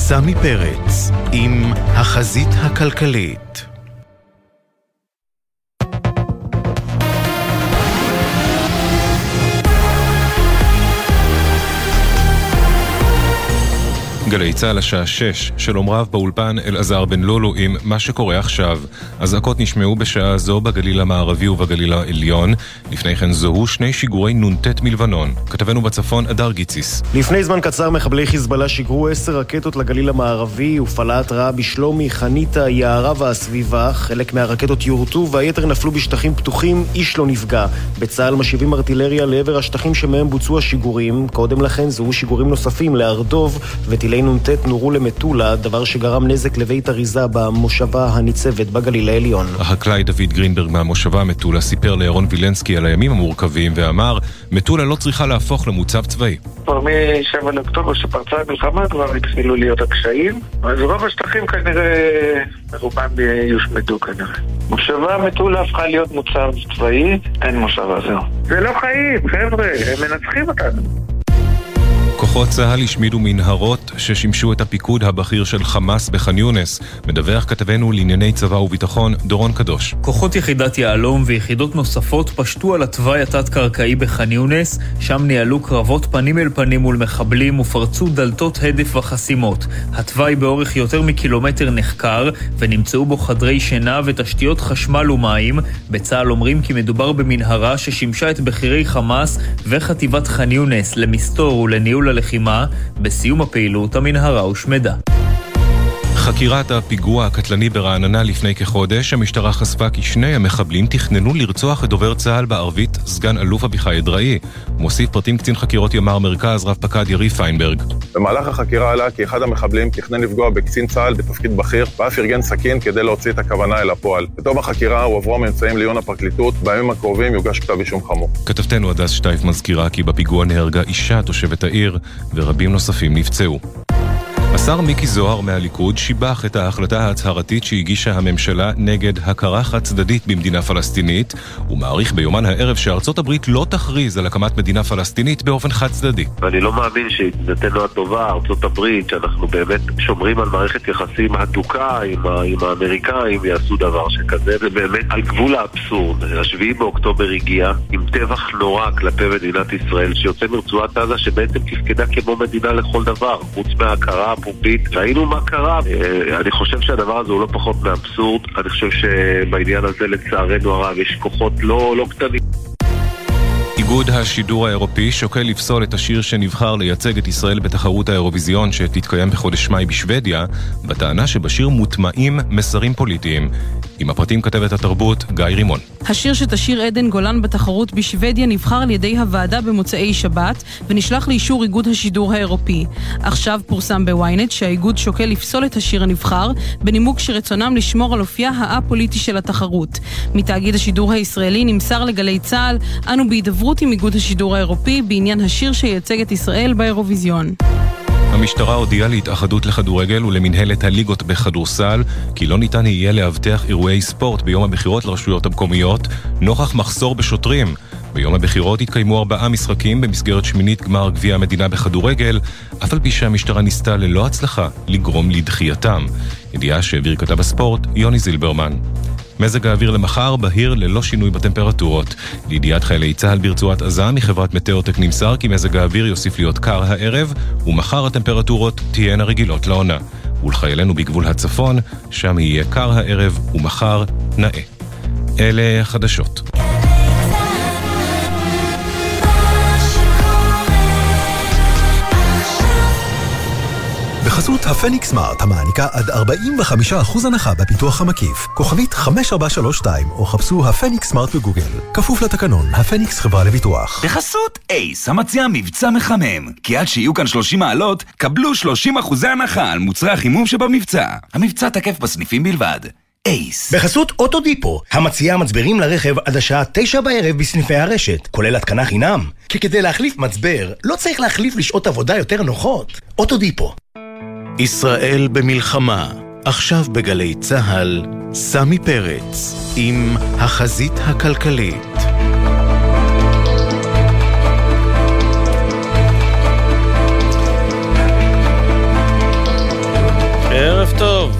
סמי פרץ עם החזית הכלכלית. גלי צהל השעה 6, שלום רב באולפן אלעזר בן לולו עם מה שקורה עכשיו. אזעקות נשמעו בשעה זו בגליל המערבי ובגליל העליון. לפני כן זוהו שני שיגורי נונטט מלבנון. כתבנו בצפון אדר גיציס. לפני זמן קצר מחבלי חיזבאללה שיגרו 10 רקטות לגליל המערבי, ופעלה התראה בשלומי, חניתה, יערה והסביבה. חלק מהרקטות יורטו והיתר נפלו בשטחים פתוחים, איש לא נפגע. בצהל משיבים ארטילריה לעבר השטחים שמהם בוצעו השיגורים. קודם לכן זוהו שיגורים נוספים לארדוב וטילי נונטט נורו למטולה, דבר שגרם נזק לבית אריזה במושבה הניצבת בגליל העליון. החקלאי דוד גרינברג מהמושבה מטולה סיפר לירון וילנסקי על הימים המורכבים ואמר, מטולה לא צריכה להפוך למוצב צבאי. כבר מ-7 לאוקטובר שפרצה המלחמה כבר התחילו להיות הקשיים, אז רוב השטחים כנראה רובם יושמדו כנראה. מושבה מטולה הפכה להיות מוצב צבאי, אין מושבה זהו. זה לא חיים, חבר'ה, הם מנצחים אותנו. כוחות צהל השמידו מנהרות ששימשו את הפיקוד הבכיר של חמאס בח'אן יונס. מדווח כתבנו לענייני צבא וביטחון דורון קדוש. כוחות יחידת יעלום ויחידות נוספות פשטו על התוואי התת-קרקעי בח'אן יונס, שם ניהלו קרבות פנים אל פנים מול מחבלים ופרצו דלתות הדף וחסימות. התוואי באורך יותר מקילומטר נחקר ונמצאו בו חדרי שינה ותשתיות חשמל ומים. בצהל אומרים כי מדובר במנהרה ששימשה את בכירי חמאס וחטיבת ח'אן יונס למסתור ולניהול הלחימה. בסיום הפעילות המנהרה הושמדה. חקירת הפיגוע הקטלני ברעננה לפני כחודש, המשטרה חשפה כי שני המחבלים תכננו לרצוח את דובר צהל בערבית, סגן אלוף אביחי אדראי. מוסיף פרטים קצין חקירות ימ"ר מרכז, רב פקד יריב פיינברג. במהלך החקירה עלה כי אחד המחבלים תכנן לפגוע בקצין צהל בתפקיד בכיר, ואף ארגן סכין כדי להוציא את הכוונה אל הפועל. בתום החקירה הועברו ממצאים לעיון הפרקליטות, בימים הקרובים יוגש כתב אישום חמור. כתבתנו הדס שטייף מזכירה כי בפיגוע נהרגה אישה תושבת העיר ורבים נוספים נפצעו. השר מיקי זוהר מהליכוד שיבח את ההחלטה ההצהרתית שהגישה הממשלה נגד הכרה חד צדדית במדינה פלסטינית, ומעריך ביומן הערב שארצות הברית לא תכריז על הקמת מדינה פלסטינית באופן חד צדדי. ואני לא מאמין שתינתן הטובה ארצות הברית, שאנחנו באמת שומרים על מערכת יחסים הדוקה עם האמריקאים, יעשו דבר שכזה. זה באמת על גבול האבסורד. 7 באוקטובר הגיע עם טבח נורא כלפי מדינת ישראל, שיוצא מרצועת עזה שבעצם תפקדה כמו מדינה לכל דבר, חוץ מההכרה פומבית. ראינו מה קרה. אני חושב שהדבר הזה הוא לא פחות מאבסורד. אני חושב שבעניין הזה לצערנו הרב יש כוחות לא קטנים. איגוד השידור האירופי שוקל לפסול את השיר שנבחר לייצג את ישראל בתחרות האירוויזיון שתתקיים בחודש מאי בשוודיה, בטענה שבשיר מוטמעים מסרים פוליטיים. עם הפרטים כתבת התרבות גיא רימון. השיר שתשיר עדן גולן בתחרות בשוודיה נבחר על ידי הוועדה במוצאי שבת ונשלח לאישור איגוד השידור האירופי. עכשיו פורסם בוויינט שהאיגוד שוקל לפסול את השיר הנבחר בנימוק שרצונם לשמור על אופייה הפוליטי של התחרות. מתאגיד השידור הישראלי נמסר לגלי צהל, אנו בהידברות עם איגוד השידור האירופי בעניין השיר שייצג את ישראל באירוויזיון. המשטרה הודיעה להתאחדות לכדורגל ולמנהלת הליגות בכדורסל כי לא ניתן יהיה להבטיח אירועי ספורט ביום הבחירות לרשויות המקומיות נוכח מחסור בשוטרים. ביום הבחירות התקיימו 4 משחקים במסגרת שמינית גמר גביע המדינה בכדורגל, אף על פי שהמשטרה ניסתה ללא הצלחה לגרום לדחייתם. ידיעה שהעביר כתב הספורט יוני זילברמן. מזג האוויר למחר בהיר ללא שינוי בטמפרטורות. לידיעת חיילי צהל ברצועת עזה מחברת מטאוטק נמסר כי מזג האוויר יוסיף להיות קר הערב, ומחר הטמפרטורות תהיינה רגילות לעונה. ולחיילינו בגבול הצפון, שם יהיה קר הערב ומחר נאה. אלה החדשות. בחסות הפניקס סמארט המעניקה עד 45% הנחה בפיתוח המקיף. כוכבית 5432 או חפשו הפניקס סמארט בגוגל. כפוף לתקנון, הפניקס חברה לביטוח. בחסות אייס המציע מבצע מחמם. כי עד שיהיו כאן 30 מעלות, קבלו 30% הנחה על מוצרי החימום שבמבצע. המבצע תקף בסניפים בלבד. אייס. בחסות אוטודיפו, המציעה מצברים לרכב עד השעה 9 בערב בסניפי הרשת, כולל התקנה חינם. כי כדי להחליף מצבר, לא צריך להחליף לשעות עבודה יותר נוחות. אוטודיפו. ישראל במלחמה. עכשיו בגלי צהל, סמי פרץ עם החזית הכלכלית. טוב,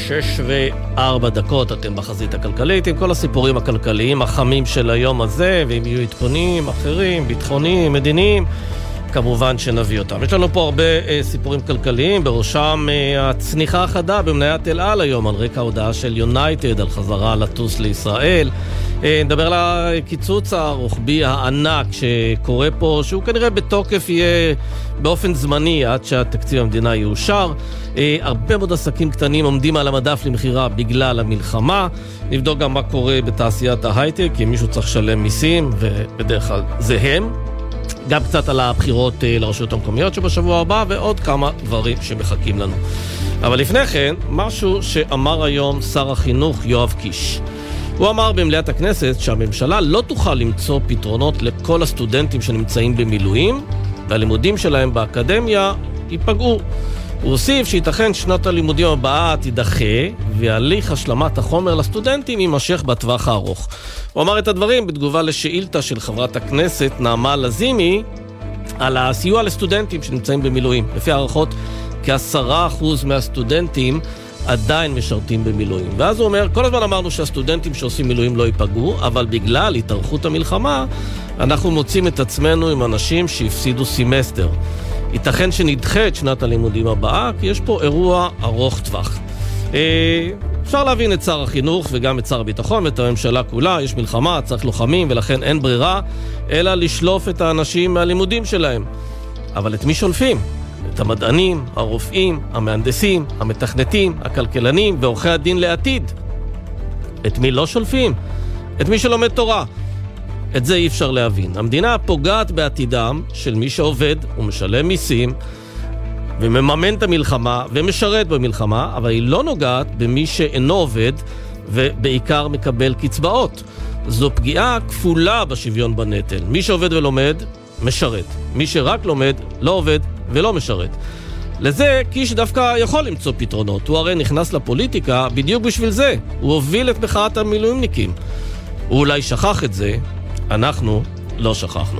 6:04, אתם בחזית הכלכלית עם כל הסיפורים הכלכליים החמים של היום הזה, ואם יהיו עדכונים אחרים, ביטחוניים, מדיניים, כמובן שנביא אותם. יש לנו פה הרבה סיפורים כלכליים, בראשם הצניחה החדה במניית אל על היום, על רקע ההודעה של יונייטד על חזרה לטוס לישראל. נדבר על הקיצוץ הרוחבי הענק שקורה פה, שהוא כנראה בתוקף יהיה באופן זמני עד שהתקציב המדינה יאושר. הרבה מאוד עסקים קטנים עומדים על המדף למחירה בגלל המלחמה. נבדוק גם מה קורה בתעשיית ההייטק, כי מישהו צריך לשלם מיסים, ובדרך כלל זה הם. גם קצת על הבחירות לרשויות המקומיות שבשבוע הבא, ועוד כמה דברים שמחכים לנו. אבל לפני כן, משהו שאמר היום שר החינוך יואב קיש. הוא אמר במליאת הכנסת שהממשלה לא תוכל למצוא פתרונות לכל הסטודנטים שנמצאים במילואים, והלימודים שלהם באקדמיה ייפגעו. הוא הוסיף שייתכן שנת הלימודים הבאה תידחה, והליך השלמת החומר לסטודנטים יימשך בטווח הארוך. הוא אמר את הדברים בתגובה לשאילתה של חברת הכנסת נעמה לזימי על הסיוע לסטודנטים שנמצאים במילואים. לפי הערכות, כ10% מהסטודנטים עדיין משרתים במילואים. ואז הוא אומר, כל הזמן אמרנו שהסטודנטים שעושים מילואים לא ייפגעו, אבל בגלל התארכות המלחמה, אנחנו מוצאים את עצמנו עם אנשים שהפסידו סמסטר. ייתכן שנדחה את שנת הלימודים הבאה, כי יש פה אירוע ארוך טווח. אפשר להבין את שר החינוך וגם את שר הביטחון ואת הממשלה כולה. יש מלחמה, צריך לוחמים, ולכן אין ברירה אלא לשלוף את האנשים מהלימודים שלהם. אבל את מי שולפים? את המדענים, הרופאים, המהנדסים, המתכנתים, הכלכלנים ועורכי הדין לעתיד. את מי לא שולפים? את מי שלומד תורה. את זה אי אפשר להבין. המדינה פוגעת בעתידם של מי שעובד ומשלם מיסים ומממן את המלחמה ומשרת במלחמה, אבל היא לא נוגעת במי שאינו עובד ובעיקר מקבל קצבאות. זו פגיעה כפולה בשוויון בנטל. מי שעובד ולומד, משרת. מי שרק לומד, לא עובד ולא משרת. לזה קיש דווקא יכול למצוא פתרונות. הוא הרי נכנס לפוליטיקה בדיוק בשביל זה. הוא הוביל את מחאת המילואימניקים. הוא אולי שכח את זה, אנחנו לא שכחנו.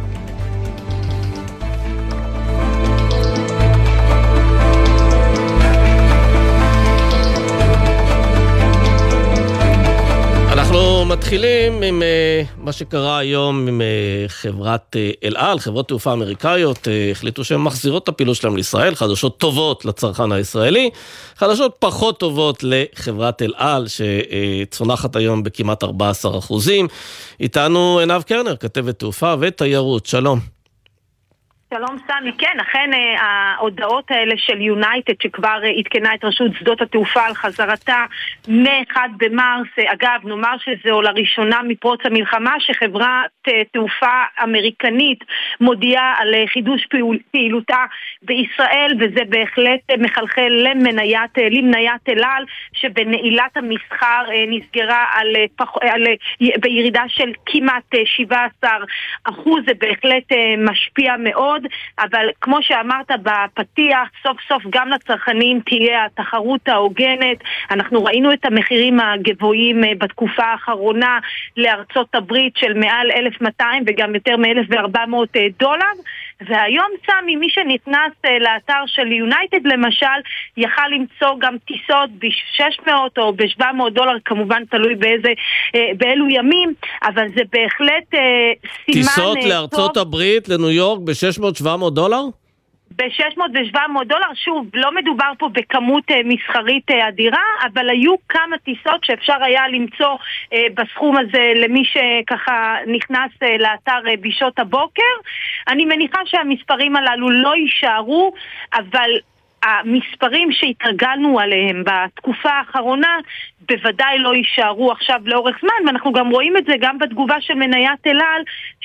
אנחנו מתחילים עם מה שקרה היום עם חברת אל על. חברות תעופה אמריקאיות החליטו שהן מחזירות את הפעילות שלהם לישראל. חדשות טובות לצרכן הישראלי, חדשות פחות טובות לחברת אל על שצונחת היום בכמעט 14%. איתנו עינב קרנר, כתבת תעופה ותיירות. שלום. שלום סמי, כן, אכן ההודעות האלה של יונייטד שכבר התקנה את רשות שדות התעופה על חזרתה מ-1 במרס, אגב נאמר שזו לראשונה מפרוץ המלחמה שחברת תעופה אמריקנית מודיעה על חידוש פעילותה בישראל, וזה בהחלט מחלחל למניית אל על שבנעילת המסחר נסגרה בירידה של כמעט 17%. זה בהחלט משפיע מאוד, אבל כמו שאמרת בפתיח, סוף סוף גם לצרכנים תהיה התחרות ההוגנת. אנחנו ראינו את המחירים הגבוהים בתקופה האחרונה לארצות הברית של מעל 1,200 וגם יותר $1,400, והיום סמי, מי שנכנס לאתר של יונייטד למשל יכל למצוא גם טיסות ב$600 או ב$700, כמובן תלוי באילו ימים, אבל זה בהחלט סימן טיסות לארצות הברית, לניו יורק ב$600-700? ב$600 ו$700, שוב, לא מדובר פה בכמות מסחרית אדירה, אבל היו כמה טיסות שאפשר היה למצוא בסכום הזה למי שככה נכנס לאתר בשעות הבוקר. אני מניחה שהמספרים הללו לא יישארו, אבל המספרים שהתרגלנו עליהם בתקופה האחרונה בוודאי לא יישארו עכשיו לאורך זמן, ואנחנו גם רואים את זה גם בתגובה של מניית אל על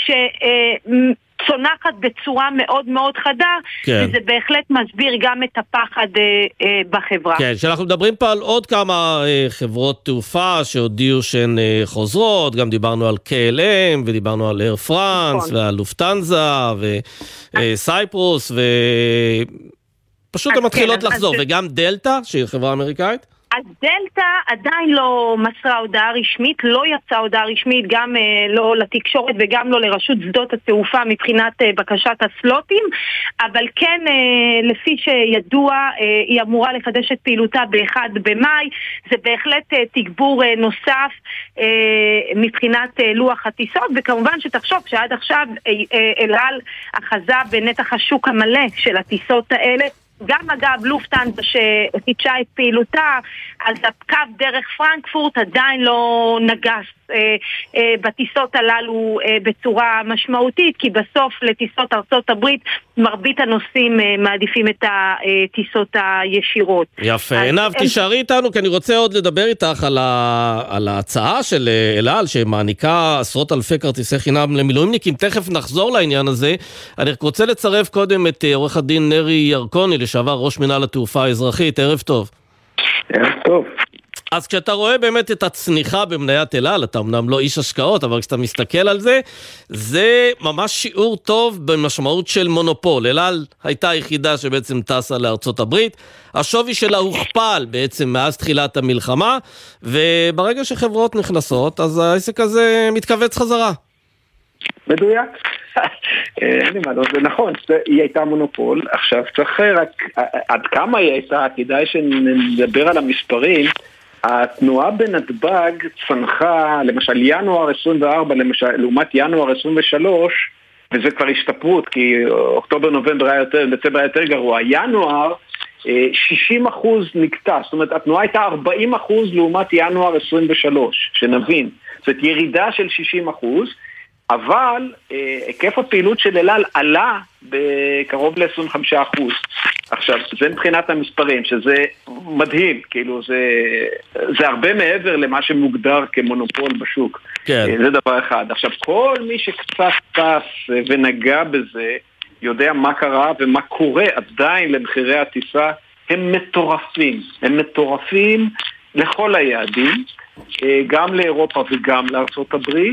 צונחת בצורה מאוד מאוד חדה, כן. וזה בהחלט מסביר גם את הפחד בחברה. כן, שאנחנו מדברים פה על עוד כמה חברות תעופה שהודיעו שהן חוזרות, גם דיברנו על KLM ודיברנו על אייר פרנס ועל לופטנזה וסייפרוס, ופשוט הן מתחילות לחזור, וגם דלטה שהיא חברה אמריקאית. אז דלתא עדיין לא מסרה הודעה רשמית, לא יצאה הודעה רשמית גם לא לתקשורת וגם לא לרשות שדות התעופה מבחינת בקשת הסלוטים, אבל כן לפי שידוע היא אמורה לחדש את פעילותה ב-1 במאי, זה בהחלט תגבור נוסף מבחינת לוח הטיסות, וכמובן שתחשוב שעד עכשיו אל על אחזה בנתח השוק המלא של הטיסות האלה, גם אגב לופטהנזה שחידשה את פעילותה, אז הקו דרך פרנקפורט עדיין לא נגס בטיסות הללו בצורה משמעותית, כי בסוף לטיסות ארצות הברית מרבית הנוסעים מעדיפים את הטיסות הישירות. יפה, עינב, תישארי איתנו, כי אני רוצה עוד לדבר איתך על ההצעה של אל על, שמעניקה עשרות אלפי כרטיסי חינם למילואימניקים. תכף נחזור לעניין הזה. אני רוצה לצרף קודם את עורך הדין נרי ירקוני, לשעבר ראש מינהל התעופה האזרחית. ערב טוב. ערב טוב. אז כשאתה רואה באמת את הצניחה במניית אל על, אתה אמנם לא איש השקעות, אבל כשאתה מסתכל על זה, זה ממש שיעור טוב במשמעות של מונופול. אל על הייתה היחידה שבעצם טסה לארצות הברית, השווי שלה הוכפל בעצם מאז תחילת המלחמה, וברגע שחברות נכנסות, אז העסק הזה מתכווץ חזרה. מדויק. אין לי מה, זה נכון, היא הייתה מונופול. עכשיו צריך רק, עד כמה היא הייתה, כדאי שנדבר על המספרים. התנועה בנתב"ג צנחה, למשל ינואר 24, לעומת ינואר 23, וזה כבר השתפרות, כי אוקטובר, נובמבר היה יותר, דצמבר היה יותר גרוע. ינואר 60% נקטע, זאת אומרת, התנועה הייתה 40% לעומת ינואר 23, שנבין. זאת ירידה של 60%, אבל היקף הפעילות של אל על עלה בקרוב ל-25%. עכשיו, זה מבחינת המספרים, שזה מדהים, כאילו זה הרבה מעבר למה שמוגדר כמונופול בשוק. כן. זה דבר אחד. עכשיו, כל מי שקצת טס ונגע בזה, יודע מה קרה ומה קורה עדיין למחירי הטיסה, הם מטורפים. הם מטורפים לכל היעדים, גם לאירופה וגם לארצות הברית.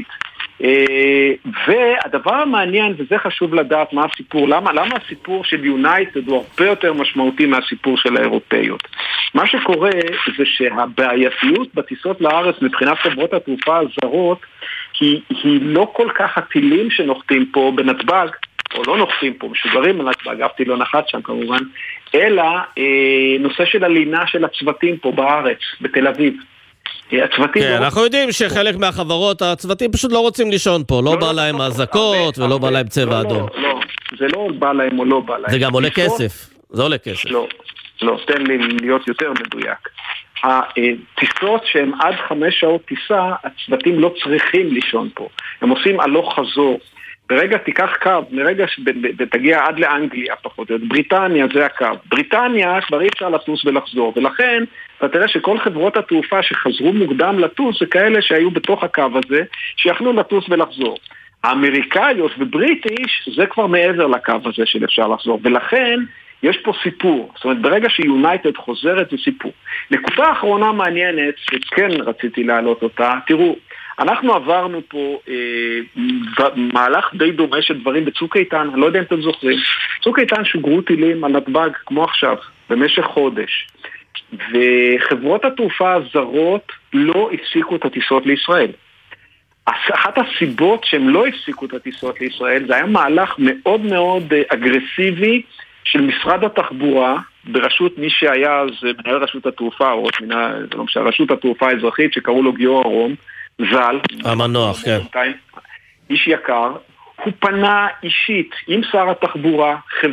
והדבר המעניין, וזה חשוב לדעת מה הסיפור, למה הסיפור של יונייטד הוא הרבה יותר משמעותי מהסיפור של האירופאיות. מה שקורה זה שהבעייתיות בטיסות לארץ מבחינת חברות התעופה הזרות היא לא כל כך הטילים שנוחתים פה בנתב"ג, או לא נוחתים פה, משוגרים בנתב"ג, אף טיל לא נחת שם כמובן, אלא נושא של הלינה של הצוותים פה בארץ, בתל אביב. כן, אנחנו יודעים שחלק מהחברות, הצוותים פשוט לא רוצים לישון פה, לא בא להם הזקות ולא בא להם צבע אדום. לא, זה לא בא להם או לא בא להם. זה גם עולה כסף, זה עולה כסף. לא, תן לי להיות יותר מדויק. הטיסות שהן עד 5 שעות טיסה, הצוותים לא צריכים לישון פה. הם עושים הלוך חזור. ברגע תיקח קו, מרגע שתגיע עד לאנגליה פחות, בריטניה זה הקו. בריטניה כבר אי אפשר לטוס ולחזור, ולכן אתה תראה שכל חברות התעופה שחזרו מוקדם לטוס, זה כאלה שהיו בתוך הקו הזה, שיכלו לטוס ולחזור. האמריקאיות ובריטיש, זה כבר מעבר לקו הזה של אפשר לחזור, ולכן יש פה סיפור. זאת אומרת, ברגע שיונייטד חוזרת זה סיפור. נקודה אחרונה מעניינת, שכן רציתי להעלות אותה, תראו, אנחנו עברנו פה מהלך די דומה של דברים בצוק איתן, אני לא יודע אם אתם זוכרים. צוק איתן שוגרו טילים על נתב"ג כמו עכשיו, במשך חודש. וחברות התעופה הזרות לא הפסיקו את הטיסות לישראל. אחת הסיבות שהם לא הפסיקו את הטיסות לישראל, זה היה מהלך מאוד מאוד אגרסיבי של משרד התחבורה, בראשות מי שהיה אז מנהל רשות התעופה, או רשות התעופה האזרחית שקראו לו גיורא רום, ז"ל, המנוח, כן. איש יקר, הוא פנה אישית עם שר התחבורה,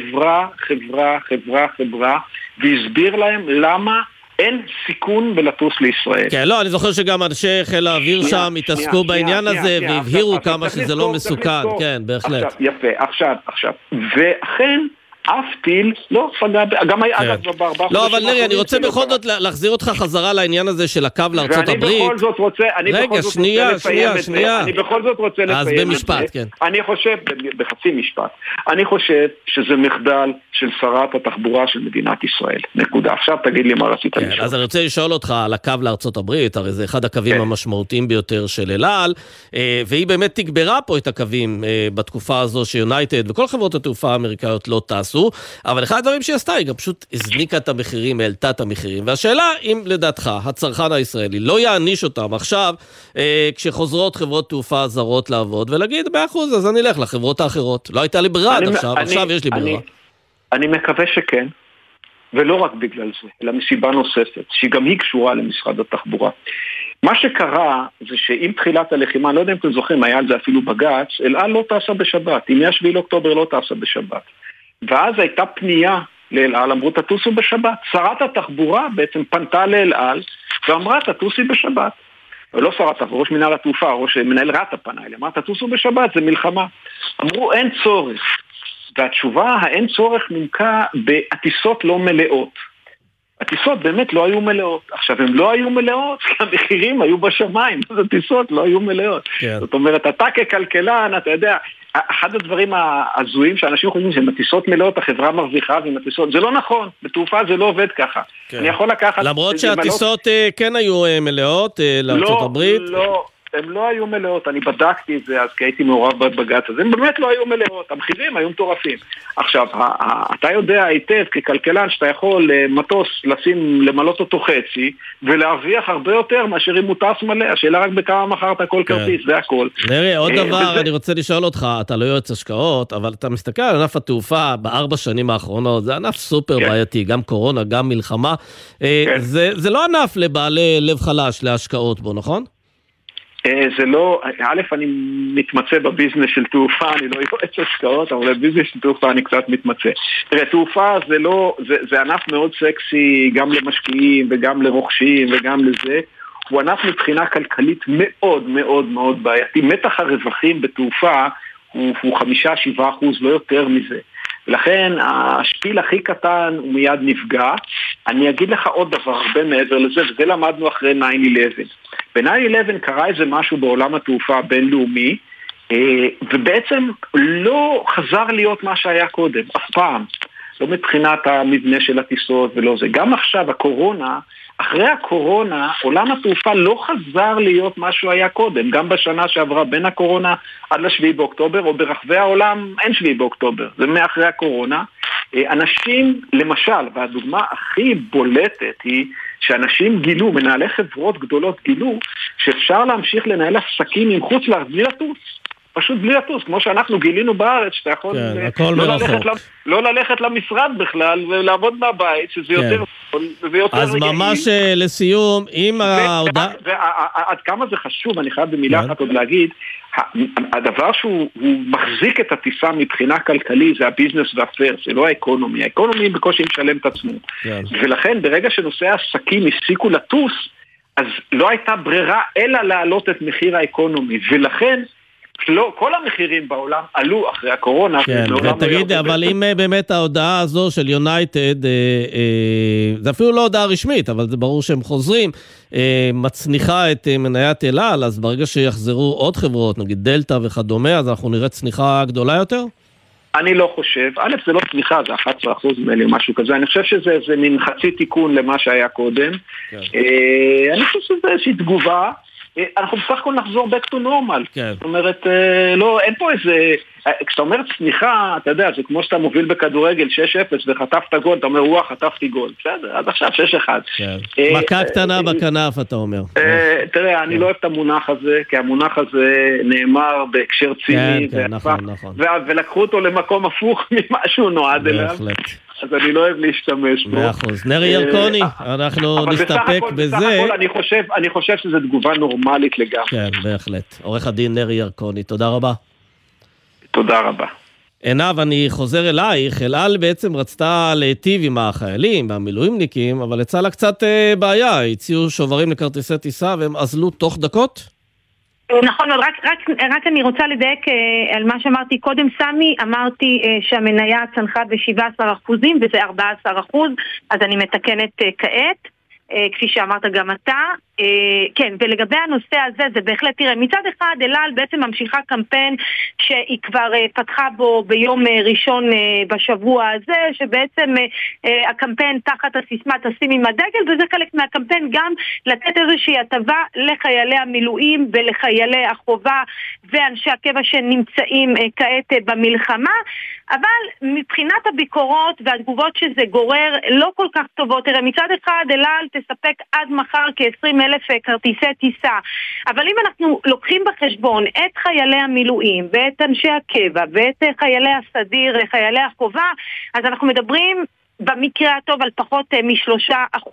חברה, והסביר להם למה אין סיכון בלטוס לישראל. כן, לא, אני זוכר שגם אנשי חיל האוויר שם התעסקו בעניין הזה, והבהירו כמה שזה לא מסוכן, כן, בהחלט. יפה, עכשיו, ואכן, אף טיל לא פגע, גם היה אגב בארבעה חודשים. לא, אבל נרי, אני רוצה בכל זאת להחזיר אותך חזרה לעניין הזה של הקו לארצות הברית. ואני בכל זאת רוצה לסיים. אז במשפט, כן. אני חושב, בחצי משפט, אני חושב שזה מחדל של שרת התחבורה של מדינת ישראל. נקודה. עכשיו תגיד לי מה רצית לשאול. אז אני רוצה לשאול אותך על הקו לארצות הברית, הרי זה אחד הקווים המשמעותיים ביותר של אל על, והיא באמת תגברה פה את הקווים בתקופה הזו שיונייטד וכל חברות התעופה האמריקאיות לא טסו. עשו, אבל אחד הדברים שהיא עשתה, היא גם פשוט הזניקה את המחירים, העלתה את המחירים, והשאלה אם לדעתך הצרכן הישראלי לא יעניש אותם עכשיו, כשחוזרות חברות תעופה זרות לעבוד, ולהגיד 100%, אז אני אלך לחברות האחרות. לא הייתה לי ברירה עד עכשיו יש לי ברירה. אני מקווה שכן, ולא רק בגלל זה, אלא מסיבה נוספת, שגם היא קשורה למשרד התחבורה. מה שקרה זה שעם תחילת הלחימה, לא יודע אם אתם זוכרים, היה על זה אפילו בג"ץ, אל על לא טסה בשבת, אם יש 7 לאוקטובר לא טסה בשבת. ואז הייתה פנייה לאל על, אמרו תטוסו בשבת. שרת התחבורה בעצם פנתה לאל על, ואמרה תטוסי בשבת. ולא שרת התחבורה, ראש מנהל התעופה, ראש מנהל רת"א פנה אליה, אמרה תטוסו בשבת, זה מלחמה. אמרו אין צורך. והתשובה, האין צורך נמקה בהטיסות לא מלאות. הטיסות באמת לא היו מלאות. עכשיו, הם לא היו מלאות, כי המחירים היו בשמיים, אז הטיסות לא היו מלאות. כן. זאת אומרת, אתה ככלכלן, אתה יודע, אחד הדברים הזויים שאנשים חושבים שהם הטיסות מלאות, החברה מרוויחה ועם הטיסות, זה לא נכון, בתעופה זה לא עובד ככה. כן. אני יכול לקחת... למרות שהטיסות כן היו מלאות לארצות הברית. לא. הם לא היו מלאות, אני בדקתי את זה אז כי הייתי מעורב בבג"ץ, אז הם באמת לא היו מלאות, המחירים היו מטורפים. עכשיו, אתה יודע היטב ככלכלן שאתה יכול מטוס למלות אותו חצי, ולהרוויח הרבה יותר מאשר אם הוא טס מלא, השאלה רק בכמה מחרת כל כרטיס, זה הכל. נרי, עוד דבר, אני רוצה לשאול אותך, אתה לא יועץ השקעות, אבל אתה מסתכל על ענף התעופה ב4 שנים האחרונות, זה ענף סופר בעייתי, גם קורונה, גם מלחמה, זה לא ענף לבעלי לב חלש להשקעות בו, נכון? זה לא, א', אני מתמצא בביזנס של תעופה, אני לא יועץ השקעות, אבל בביזנס של תעופה אני קצת מתמצא. תראה, תעופה זה לא, זה ענף מאוד סקסי, גם למשקיעים וגם לרוכשים וגם לזה. הוא ענף מבחינה כלכלית מאוד מאוד מאוד בעייתי. מתח הרווחים בתעופה הוא 5-7%, לא יותר מזה. ולכן השפיל הכי קטן הוא מיד נפגע. אני אגיד לך עוד דבר הרבה מעבר לזה, וזה למדנו אחרי 9/11. ב-9/11 קרה איזה משהו בעולם התעופה הבינלאומי, ובעצם לא חזר להיות מה שהיה קודם, אף פעם. לא מבחינת המבנה של הטיסות ולא זה. גם עכשיו הקורונה, אחרי הקורונה, עולם התעופה לא חזר להיות מה שהוא היה קודם. גם בשנה שעברה בין הקורונה עד ל7 באוקטובר, או ברחבי העולם אין 7 באוקטובר. זה מאחרי הקורונה. אנשים, למשל, והדוגמה הכי בולטת היא שאנשים גילו, מנהלי חברות גדולות גילו, שאפשר להמשיך לנהל עסקים עם חוץ לארץ בלי לטוס. פשוט בלי לטוס, כמו שאנחנו גילינו בארץ, שאתה יכול לא ללכת למשרד בכלל ולעבוד מהבית, שזה יותר... אז ממש לסיום, אם ההודעה... עד כמה זה חשוב, אני חייב במילה אחת עוד להגיד, הדבר שהוא מחזיק את הטיסה מבחינה כלכלית, זה הביזנס והפר, זה לא האקונומי. האקונומי בקושי משלם את עצמו. ולכן ברגע שנושאי העסקים הפסיקו לטוס, אז לא הייתה ברירה אלא להעלות את מחיר האקונומי, ולכן לא, כל המחירים בעולם עלו אחרי הקורונה. כן, ותגיד, אבל אם באמת ההודעה הזו של יונייטד, זה אפילו לא הודעה רשמית, אבל זה ברור שהם חוזרים, מצניחה את מניית אל על, אז ברגע שיחזרו עוד חברות, נגיד דלטה וכדומה, אז אנחנו נראה צניחה גדולה יותר? אני לא חושב, א' זה לא צניחה, זה 11% מלי, משהו כזה, אני חושב שזה מין חצי תיקון למה שהיה קודם. אני חושב שזה איזושהי תגובה, אנחנו בסך הכל נחזור back to normal. זאת אומרת, לא, אין פה איזה... כשאתה אומר צניחה, אתה יודע, זה כמו שאתה מוביל בכדורגל 6-0 וחטפת גול, אתה אומר, וואו, חטפתי גול. בסדר, עד עכשיו 6-1. מכה קטנה בכנף, אתה אומר. תראה, אני לא אוהב את המונח הזה, כי המונח הזה נאמר בהקשר ציני. כן, נכון. ולקחו אותו למקום הפוך ממה שהוא נועד אליו. בהחלט. אז אני לא אוהב להשתמש בו. 100%. נרי ירקוני, אנחנו נסתפק בזה. בסך הכל אני חושב שזו תגובה נורמלית לגמרי. כן, בהחלט. עורך הדין נרי ירקוני, תודה רבה. תודה רבה. עינב, אני חוזר אלייך. אל על בעצם רצתה להיטיב עם החיילים והמילואימניקים, אבל יצא לה קצת בעיה. הציעו שוברים לכרטיסי טיסה והם עזלו תוך דקות? נכון, רק אני רוצה לדייק על מה שאמרתי קודם, סמי, אמרתי שהמניה צנחה ב17% וזה 14%, אז אני מתקנת כעת. כפי שאמרת גם אתה. כן, ולגבי הנושא הזה, זה בהחלט, תראה, מצד אחד אל על בעצם ממשיכה קמפיין שהיא כבר פתחה בו ביום ראשון בשבוע הזה, שבעצם הקמפיין תחת הסיסמה תשים עם הדגל, וזה חלק מהקמפיין גם לתת איזושהי הטבה לחיילי המילואים ולחיילי החובה ואנשי הקבע שנמצאים כעת במלחמה, אבל מבחינת הביקורות והתגובות שזה גורר לא כל כך טובות. תראה, מצד אחד אל על תספק עד מחר כ-20,000 כרטיסי טיסה, אבל אם אנחנו לוקחים בחשבון את חיילי המילואים ואת אנשי הקבע ואת חיילי הסדיר, חיילי החובה, אז אנחנו מדברים במקרה הטוב על פחות מ3%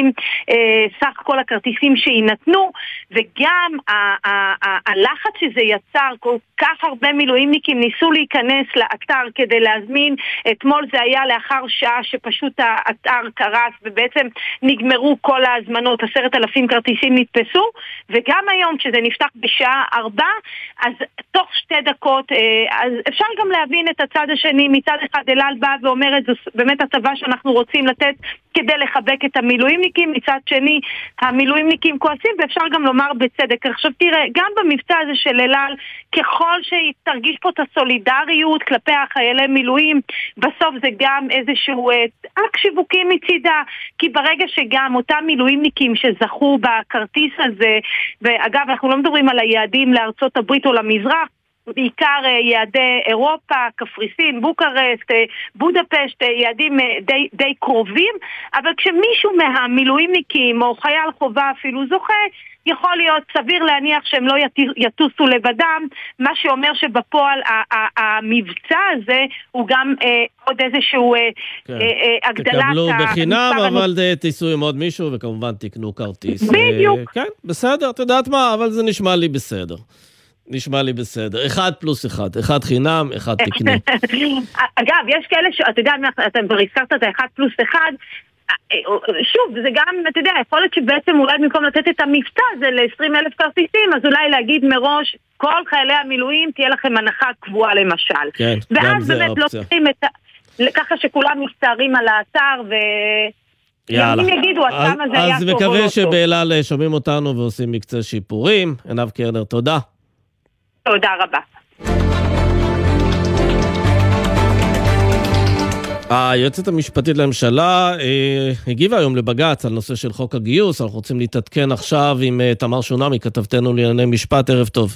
סך כל הכרטיסים שיינתנו, וגם הלחץ שזה יצר, כל כך הרבה מילואימניקים ניסו להיכנס לאתר כדי להזמין. אתמול זה היה לאחר שעה שפשוט האתר קרס ובעצם נגמרו כל ההזמנות, 10,000 כרטיסים נתפסו, וגם היום כשזה נפתח בשעה 4, אז תוך 2 דקות, אז אפשר גם להבין את הצד השני. מצד אחד אל על בא ואומרת, זו באמת הטבה שאנחנו רוצים לתת כדי לחבק את המילואימניקים, מצד שני המילואימניקים כועסים, ואפשר גם לומר בצדק. עכשיו תראה, גם במבצע הזה של אל על, ככל שהיא תרגיש פה את הסולידריות כלפי החיילי מילואים, בסוף זה גם איזשהו אק שיווקי מצידה, כי ברגע שגם אותם מילואימניקים שזכו בכרטיס הזה, ואגב אנחנו לא מדברים על היעדים לארצות הברית או למזרח, בעיקר יעדי אירופה, קפריסין, בוקרשט, בודפשט, יעדים די קרובים, אבל כשמישהו מהמילואימניקים או חייל חובה אפילו זוכה, יכול להיות סביר להניח שהם לא יטוסו לבדם, מה שאומר שבפועל המבצע הזה הוא גם עוד איזשהו הגדלת... תקבלו בחינם, אבל תיסעו עם עוד מישהו וכמובן תקנו כרטיס. בדיוק. כן, בסדר, את יודעת מה, אבל זה נשמע לי בסדר. 1+1, 1 חינם, 1 תקנו. אגב, יש כאלה אתה יודע, אתה כבר הזכרת את ה1+1, שוב, זה גם, אתה יודע, יכול להיות שבעצם אולי במקום לתת את המבצע הזה ל-20,000 כרטיסים, אז אולי להגיד מראש, כל חיילי המילואים תהיה לכם הנחה קבועה למשל. כן, גם זה האופציה. ואז באמת לא צריכים ככה שכולם מסתערים על האתר יאללה. יגידו, אז מקווה שבאל על שומעים אותנו ועושים מקצה שיפורים. עינב קרנר, תודה. תודה רבה. היועצת המשפטית לממשלה הגיבה היום לבג"ץ על נושא של חוק הגיוס. אנחנו רוצים להתעדכן עכשיו עם תמר שונמי, כתבתנו לענייני משפט. ערב טוב.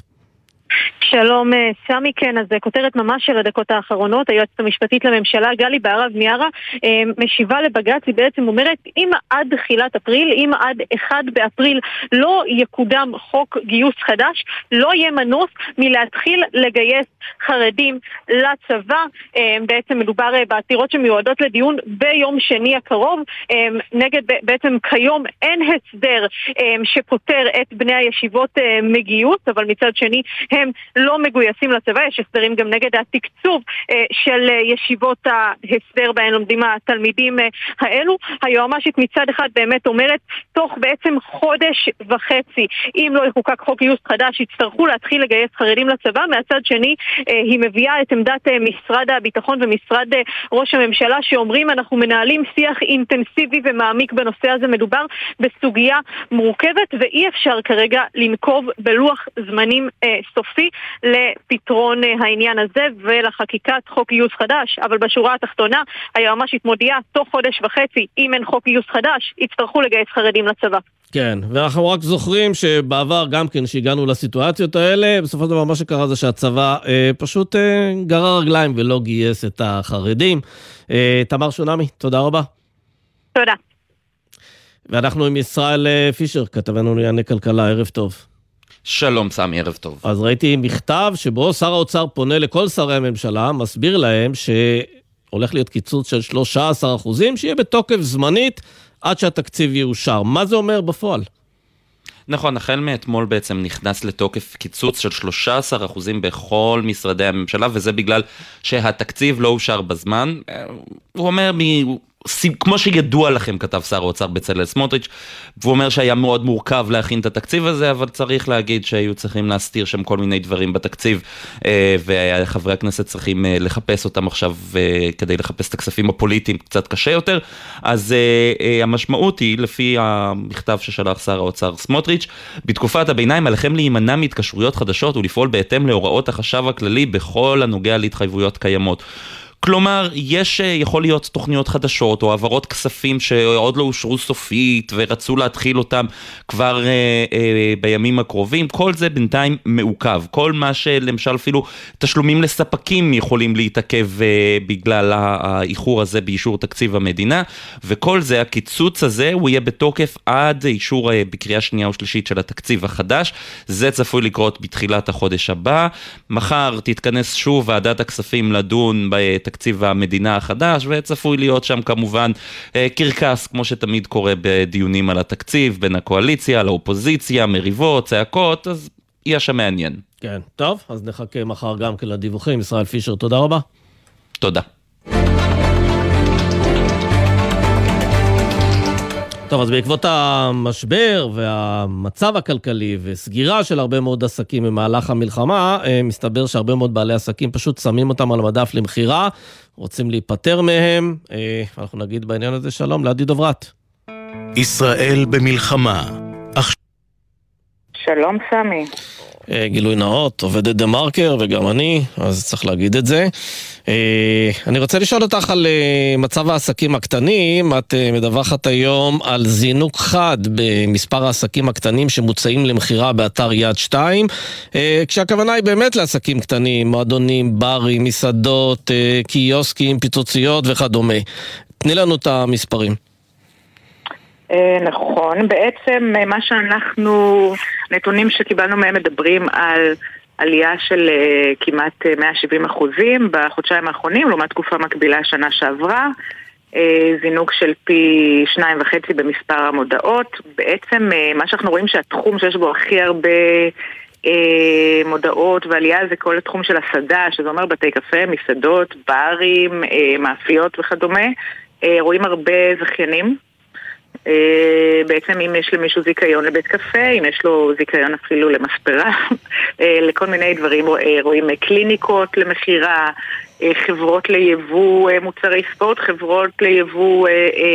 שלום סמי, כן, אז כותרת ממש של הדקות האחרונות, היועצת המשפטית לממשלה גלי בהרב מיארה משיבה לבג"ץ, היא בעצם אומרת, אם עד תחילת אפריל, אם עד 1 באפריל לא יקודם חוק גיוס חדש, לא יהיה מנוס מלהתחיל לגייס חרדים לצבא. בעצם מדובר בעתירות שמיועדות לדיון ביום שני הקרוב, נגד בעצם כיום אין הסדר שפותר את בני הישיבות מגיוס, אבל מצד שני הם לא מגויסים לצבא. יש הסדרים גם נגד התקצוב של ישיבות ההסדר בהן לומדים התלמידים האלו. היועמ"שית מצד אחד באמת אומרת, תוך בעצם חודש וחצי, אם לא יחוקק חוק גיוס חדש, יצטרכו להתחיל לגייס חרדים לצבא. מהצד שני, היא מביאה את עמדת משרד הביטחון ומשרד ראש הממשלה, שאומרים, אנחנו מנהלים שיח אינטנסיבי ומעמיק בנושא הזה. מדובר בסוגיה מורכבת, ואי אפשר כרגע לנקוב בלוח זמנים סופי לפתרון העניין הזה ולחקיקת חוק גיוס חדש. אבל בשורה התחתונה, היועמ"שית מודיעה, תוך חודש וחצי, אם אין חוק גיוס חדש, יצטרכו לגייס חרדים לצבא. כן, ואנחנו רק זוכרים שבעבר גם כן שהגענו לסיטואציות האלה, בסופו של דבר מה שקרה זה שהצבא פשוט גרר רגליים ולא גייס את החרדים. תמר שונמי, תודה רבה. תודה. ואנחנו עם ישראל פישר, כתבנו לענייני כלכלה. ערב טוב. שלום סמי, ערב טוב. אז ראיתי מכתב שבו שר האוצר פונה לכל שרי הממשלה, מסביר להם שהולך להיות קיצוץ של 13%, שיהיה בתוקף זמנית עד שהתקציב יאושר. מה זה אומר בפועל? נכון, החל מאתמול בעצם נכנס לתוקף קיצוץ של 13% בכל משרדי הממשלה, וזה בגלל שהתקציב לא אושר בזמן. הוא אומר כמו שידוע לכם, כתב שר האוצר בצלאל סמוטריץ', והוא אומר שהיה מאוד מורכב להכין את התקציב הזה, אבל צריך להגיד שהיו צריכים להסתיר שם כל מיני דברים בתקציב, וחברי הכנסת צריכים לחפש אותם עכשיו, כדי לחפש את הכספים הפוליטיים קצת קשה יותר. אז המשמעות היא, לפי המכתב ששלח שר האוצר סמוטריץ', בתקופת הביניים עליכם להימנע מהתקשרויות חדשות ולפעול בהתאם להוראות החשב הכללי בכל הנוגע להתחייבויות קיימות. כלומר, יכול להיות תוכניות חדשות או העברות כספים שעוד לא אושרו סופית ורצו להתחיל אותם כבר בימים הקרובים. כל זה בינתיים מעוכב. כל מה שלמשל אפילו תשלומים לספקים יכולים להתעכב בגלל האיחור הזה באישור תקציב המדינה, וכל זה, הקיצוץ הזה, הוא יהיה בתוקף עד אישור בקריאה שנייה ושלישית של התקציב החדש. זה צפוי לקרות בתחילת החודש הבא. מחר תתכנס שוב ועדת הכספים לדון תקציב המדינה החדש, וצפוי להיות שם כמובן קרקס, כמו שתמיד קורה בדיונים על התקציב, בין הקואליציה לאופוזיציה, מריבות, צעקות, אז יהיה שם מעניין. כן, טוב, אז נחכה מחר גם כן לדיווחים. ישראל פישר, תודה רבה. תודה. טוב, אז בעקבות המשבר והמצב הכלכלי וסגירה של הרבה מאוד עסקים במהלך המלחמה, מסתבר שהרבה מאוד בעלי עסקים פשוט שמים אותם על המדף למחירה, רוצים להיפטר מהם. אנחנו נגיד בעניין הזה שלום לעדי דוברת. ישראל במלחמה. שלום סמי. גילוי נאות, עובדת דה מרקר וגם אני, אז צריך להגיד את זה. אני רוצה לשאול אותך על מצב העסקים הקטנים. את מדווחת היום על זינוק חד במספר העסקים הקטנים שמוצאים למחירה באתר יד 2, כשהכוונה היא באמת לעסקים קטנים, מועדונים, ברים, מסעדות, קיוסקים, פיצוציות וכדומה. תני לנו את המספרים. נכון, בעצם מה שאנחנו, נתונים שקיבלנו מהם מדברים על עלייה של כמעט 170% בחודשיים האחרונים, לעומת תקופה מקבילה שנה שעברה, זינוק של פי 2.5 במספר המודעות. בעצם מה שאנחנו רואים שהתחום שיש בו הכי הרבה מודעות ועלייה זה כל התחום של הסדה, שזה אומר בתי קפה, מסעדות, ברים, מאפיות וכדומה. רואים הרבה זכיינים. בעצם אם יש למישהו זיקיון לבית קפה, אם יש לו זיקיון אפילו למספרה, לכל מיני דברים, רואים קליניקות למחירה, חברות ליבוא מוצרי ספורט, חברות ליבוא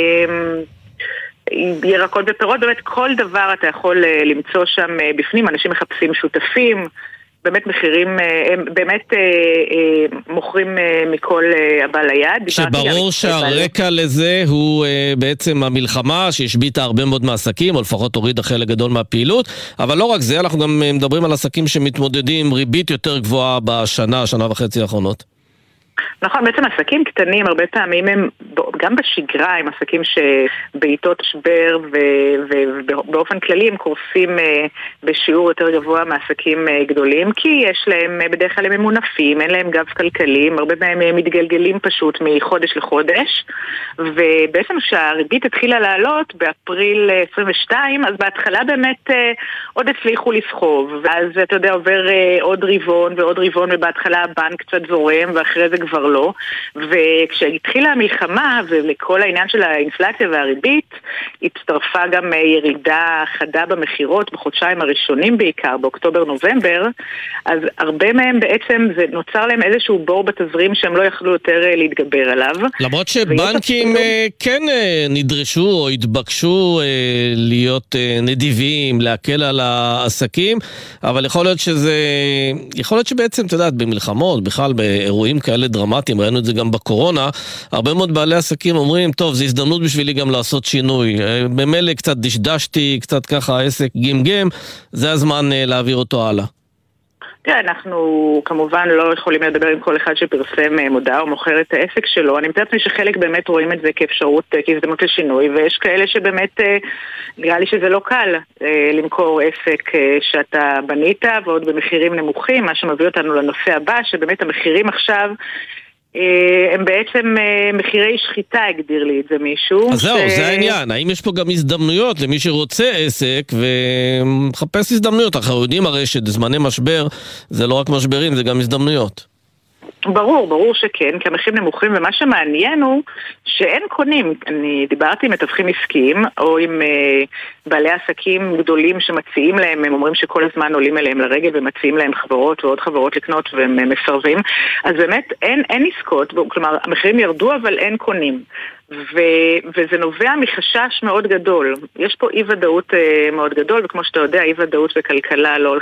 ירקות ופירות, באמת כל דבר אתה יכול למצוא שם בפנים, אנשים מחפשים שותפים, באמת מחירים, הם באמת מוכרים מכל הבא ליד. שברור שהרקע לזה הוא בעצם המלחמה שהשביטה הרבה מאוד מעסקים, או לפחות הורידה חלק גדול מהפעילות, אבל לא רק זה, אנחנו גם מדברים על עסקים שמתמודדים עם ריבית יותר גבוהה שנה וחצי האחרונות. נכון, בעצם עסקים קטנים הרבה פעמים הם, גם בשגרה, הם עסקים שבעיתות שבר ובאופן כללי הם קורסים בשיעור יותר גבוה מעסקים גדולים, כי יש להם בדרך כלל הם ממונפים, אין להם גב כלכליים, הרבה מהם מתגלגלים פשוט מחודש לחודש, ובעצם כשהריבית התחילה לעלות באפריל 22, אז בהתחלה באמת עוד הצליחו לסחוב, ואז אתה יודע עובר עוד רבעון ועוד רבעון, ובהתחלה הבנק קצת זורם ואחרי זה כבר לא, וכשהתחילה המלחמה ולכל העניין של האינפלציה והריבית הצטרפה גם ירידה חדה במחירות בחודשיים הראשונים בעיקר, באוקטובר-נובמבר, אז הרבה מהם בעצם זה נוצר להם איזשהו בור בתזרים שהם לא יכלו יותר להתגבר עליו. למרות שבנקים כן נדרשו או התבקשו להיות נדיבים, להקל על העסקים, אבל יכול להיות שבעצם, אתה יודעת, במלחמות, בכלל באירועים כאלה דרמטיים, ראינו את זה גם בקורונה, הרבה מאוד בעלי עסקים אומרים, טוב, זו הזדמנות בשבילי גם לעשות שינוי. במילא קצת דשדשתי, קצת ככה עסק גמגם, זה הזמן להעביר אותו הלאה. תראה, אנחנו כמובן לא יכולים לדבר עם כל אחד שפרסם מודעה או מוכר את העסק שלו. אני מתארת לי שחלק באמת רואים את זה כאפשרות, כהזדמנות לשינוי, ויש כאלה שבאמת נראה לי שזה לא קל למכור עסק שאתה בנית ועוד במחירים נמוכים, מה שמביא אותנו לנושא הבא, שבאמת המחירים עכשיו הם בעצם מחירי שחיטה, הגדיר לי את זה מישהו. אז זהו, זה העניין. האם יש פה גם הזדמנויות למי שרוצה עסק ומחפש הזדמנויות? אנחנו יודעים הרי שזמני משבר זה לא רק משברים, זה גם הזדמנויות. ברור שכן, כי המחירים נמוכים, ומה שמעניין הוא שאין קונים. אני דיברתי עם מתווכים עסקיים, או עם בעלי עסקים גדולים שמציעים להם, הם אומרים שכל הזמן עולים אליהם לרגל ומציעים להם חברות ועוד חברות לקנות והם מסרבים. אז באמת אין עסקות, כלומר המחירים ירדו אבל אין קונים. וזה נובע מחשש מאוד גדול. יש פה אי ודאות מאוד גדול, וכמו שאתה יודע, אי ודאות וכלכלה לא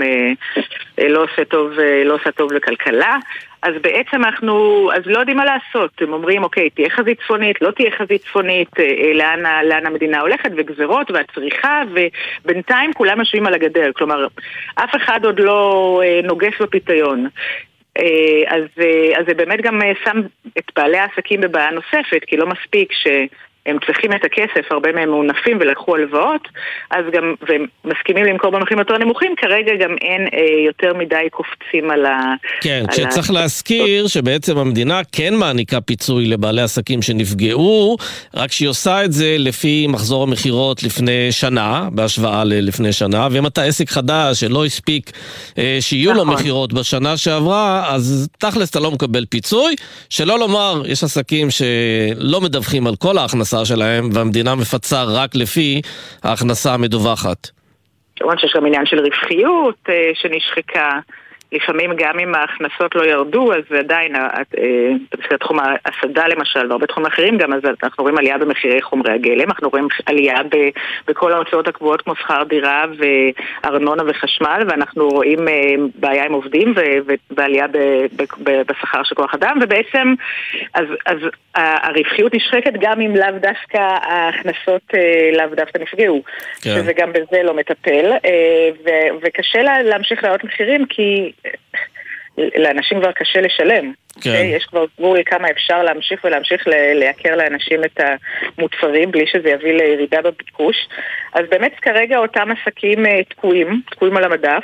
עושה טוב לכלכלה. אז בעצם אז לא יודעים מה לעשות. הם אומרים, אוקיי, תהיה חזית צפונית, לא תהיה חזית צפונית, לאן המדינה הולכת, וגזרות והצריכה, ובינתיים כולם יושבים על הגדר. כלומר, אף אחד עוד לא נוגס בפיתיון. אז זה באמת גם שם את בעלי העסקים בבעיה נוספת, כי לא מספיק שהם צריכים את הכסף, הרבה מהם מעונפים ולקחו הלוואות, אז גם, והם מסכימים למכור במחירים יותר נמוכים, כרגע גם אין יותר מדי קופצים על כן, שצריך להזכיר שבעצם המדינה כן מעניקה פיצוי לבעלי עסקים שנפגעו, רק שהיא עושה את זה לפי מחזור המחירות לפני שנה, בהשוואה לפני שנה, ואם אתה עסק חדש שלא הספיק שיהיו לו מחירות בשנה שעברה, אז תכלס אתה לא מקבל פיצוי, שלא לומר, יש עסקים שלא מדווחים על כל ההכנסה שלהם, והמדינה מפצה רק לפי ההכנסה המדווחת. כמובן שיש גם עניין של רווחיות שנשחקה, לפעמים גם אם ההכנסות לא ירדו, אז עדיין, בתחום הסדה למשל, והרבה תחומים אחרים גם, אז אנחנו רואים עלייה במחירי חומרי הגלם, אנחנו רואים עלייה בכל ההוצאות הקבועות כמו שכר דירה וארנונה וחשמל, ואנחנו רואים בעיה עם עובדים ועלייה בשכר של כוח אדם, ובעצם אז הרווחיות נשחקת גם אם לאו דווקא ההכנסות לאו דווקא נפגעו, שזה גם בזה לא מטפל, וקשה להמשיך לעלות מחירים כי לאנשים כבר קשה לשלם. יש כבר גבול כמה אפשר להמשיך לייקר לאנשים את המוצרים בלי שזה יביא לירידה בביקוש. אז באמת כרגע אותם עסקים תקועים על המדף.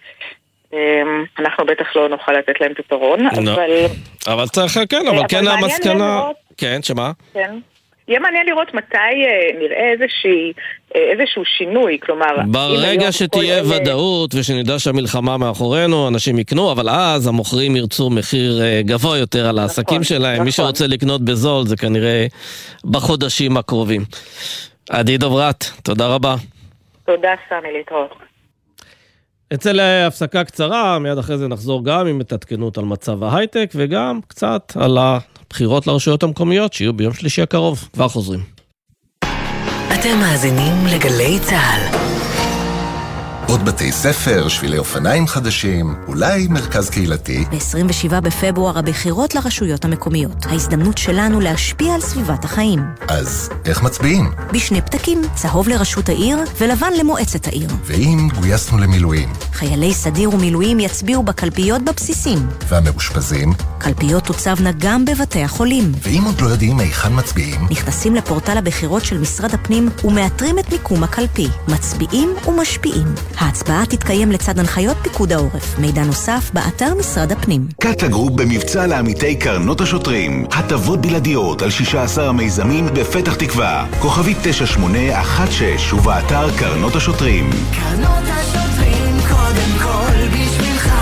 אנחנו בטח לא נוכל לתת להם פתרון, אבל צריך, כן, אבל כן המסקנה, כן, שמה? כן. יהיה מעניין לראות מתי נראה איזשהו שינוי, כלומר... ברגע שתהיה ודאות ושנדע שהמלחמה מאחורינו, אנשים יקנו, אבל אז המוכרים ירצו מחיר גבוה יותר על העסקים שלהם. מי שרוצה לקנות בזול זה כנראה בחודשים הקרובים. עדי דוברת, תודה רבה. תודה סמי, להתראות. אצל הפסקה קצרה, מיד אחרי זה נחזור גם עם התעדכנות על מצב ההייטק, וגם קצת על הבחירות לרשויות המקומיות שיהיו ביום שלישי הקרוב. כבר חוזרים. אתם מאזינים לגלי צהל. עוד בתי ספר, שבילי אופניים חדשים, אולי מרכז קהילתי. ב-27 בפברואר הבחירות לרשויות המקומיות. ההזדמנות שלנו להשפיע על סביבת החיים. אז איך מצביעים? בשני פתקים, צהוב לרשות העיר ולבן למועצת העיר. ואם גויסנו למילואים? חיילי סדיר ומילואים יצביעו בקלפיות בבסיסים. והמאושפזים? קלפיות תוצבנה גם בבתי החולים. ואם עוד לא יודעים היכן מצביעים? נכנסים לפורטל הבחירות של משרד הפנים ומאתרים את מיקום הקלפי. מצביעים ומשפיעים. ההצבעה תתקיים לצד הנחיות פיקוד העורף. מידע נוסף באתר משרד הפנים. קאטה גרופ במבצע לעמיתי קרנות השוטרים. הטבות בלעדיות על 16 מיזמים בפתח תקווה. כוכבית 9816 ובאתר קרנות השוטרים. קרנות השוטרים קודם כל בשבילך.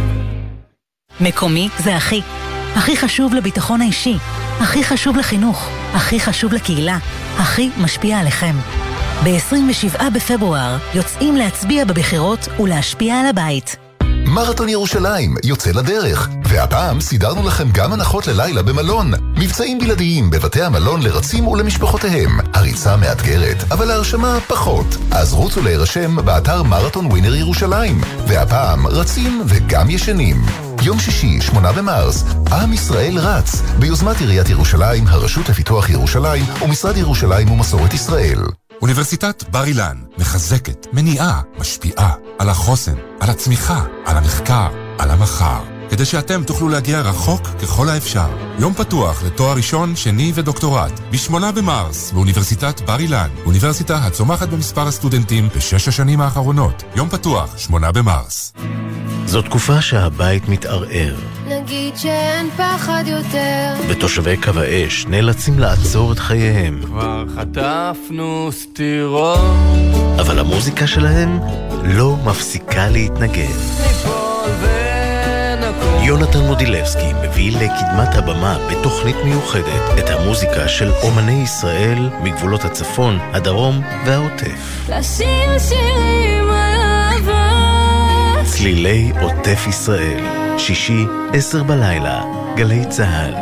מקומי זה הכי. הכי חשוב לביטחון האישי. הכי חשוב לחינוך. הכי חשוב לקהילה. הכי משפיע עליכם. ב-27 בפברואר יוצאים להצביע בבחירות ולהשפיע על הבית. מרתון ירושלים יוצא לדרך, והפעם סידרנו לכם גם הנחות ללילה במלון. מבצעים בלעדיים בבתי המלון לרצים ולמשפחותיהם. הריצה מאתגרת, אבל ההרשמה פחות. אז רוצו להירשם באתר מרתון ווינר ירושלים. והפעם רצים וגם ישנים. יום שישי, 8 במרס, עם ישראל רץ, ביוזמת עיריית ירושלים, הרשות לפיתוח ירושלים ומשרד ירושלים ומסורת ישראל. אוניברסיטת בר אילן מחזקת, מניעה, משפיעה על החוסן, על הצמיחה, על המחקר, על המחר. כדי שאתם תוכלו להגיע רחוק ככל האפשר. יום פתוח לתואר ראשון, שני ודוקטורט. ב-8 במרס, באוניברסיטת בר אילן. אוניברסיטה הצומחת במספר הסטודנטים ב6 השנים האחרונות. יום פתוח, 8 במרס. זו תקופה שהבית מתערער. נגיד שאין פחד יותר. ותושבי קו האש נאלצים לעצור את חייהם. כבר חטפנו סתירות. אבל המוזיקה שלהם לא מפסיקה להתנגד. יונתן מודילבסקי מביא לקדמת הבמה בתוכנית מיוחדת את המוזיקה של אומני ישראל מגבולות הצפון, הדרום והעוטף. לשיר שירים על אהבה. צלילי עוטף ישראל, שישי 10 בלילה, גלי צהל.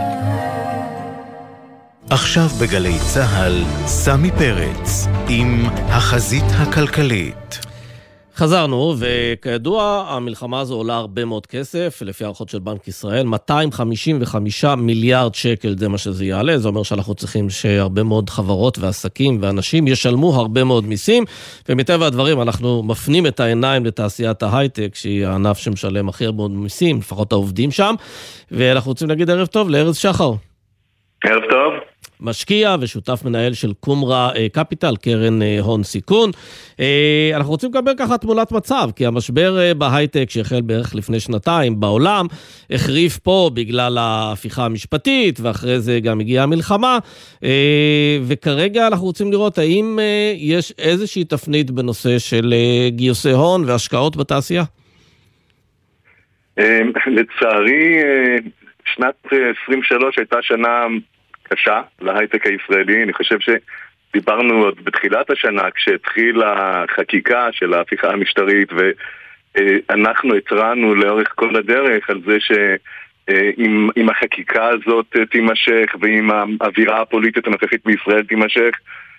עכשיו בגלי צהל, סמי פרץ עם החזית הכלכלית. חזרנו, וכידוע, המלחמה הזו עולה הרבה מאוד כסף, לפי הערכות של בנק ישראל, 255 מיליארד שקל, זה מה שזה יעלה, זה אומר שאנחנו צריכים שהרבה מאוד חברות ועסקים ואנשים ישלמו הרבה מאוד מיסים, ומטבע הדברים אנחנו מפנים את העיניים לתעשיית ההייטק, שהיא הענף שמשלם הכי הרבה מאוד מיסים, לפחות העובדים שם, ואנחנו רוצים להגיד ערב טוב לארז שחר. ערב טוב. משקיע ושותף מנהל של קומרה קפיטל, קרן הון סיכון. אנחנו רוצים לקבל ככה תמונת מצב, כי המשבר בהייטק שהחל בערך לפני שנתיים בעולם, החריף פה בגלל ההפיכה המשפטית, ואחרי זה גם הגיעה המלחמה, וכרגע אנחנו רוצים לראות האם יש איזושהי תפנית בנושא של גיוסי הון והשקעות בתעשייה? לצערי, שנת 23 הייתה שנה קשה להייטק הישראלי. אני חושב שדיברנו עוד בתחילת השנה כשהתחילה החקיקה של ההפיכה המשטרית, ואנחנו התרענו לאורך כל הדרך על זה שאם החקיקה הזאת תימשך ואם האווירה הפוליטית הנוכחית בישראל תימשך,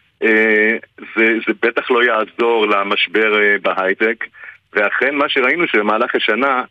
זה בטח לא יעזור למשבר בהייטק. ואכן מה שראינו שבמהלך השנה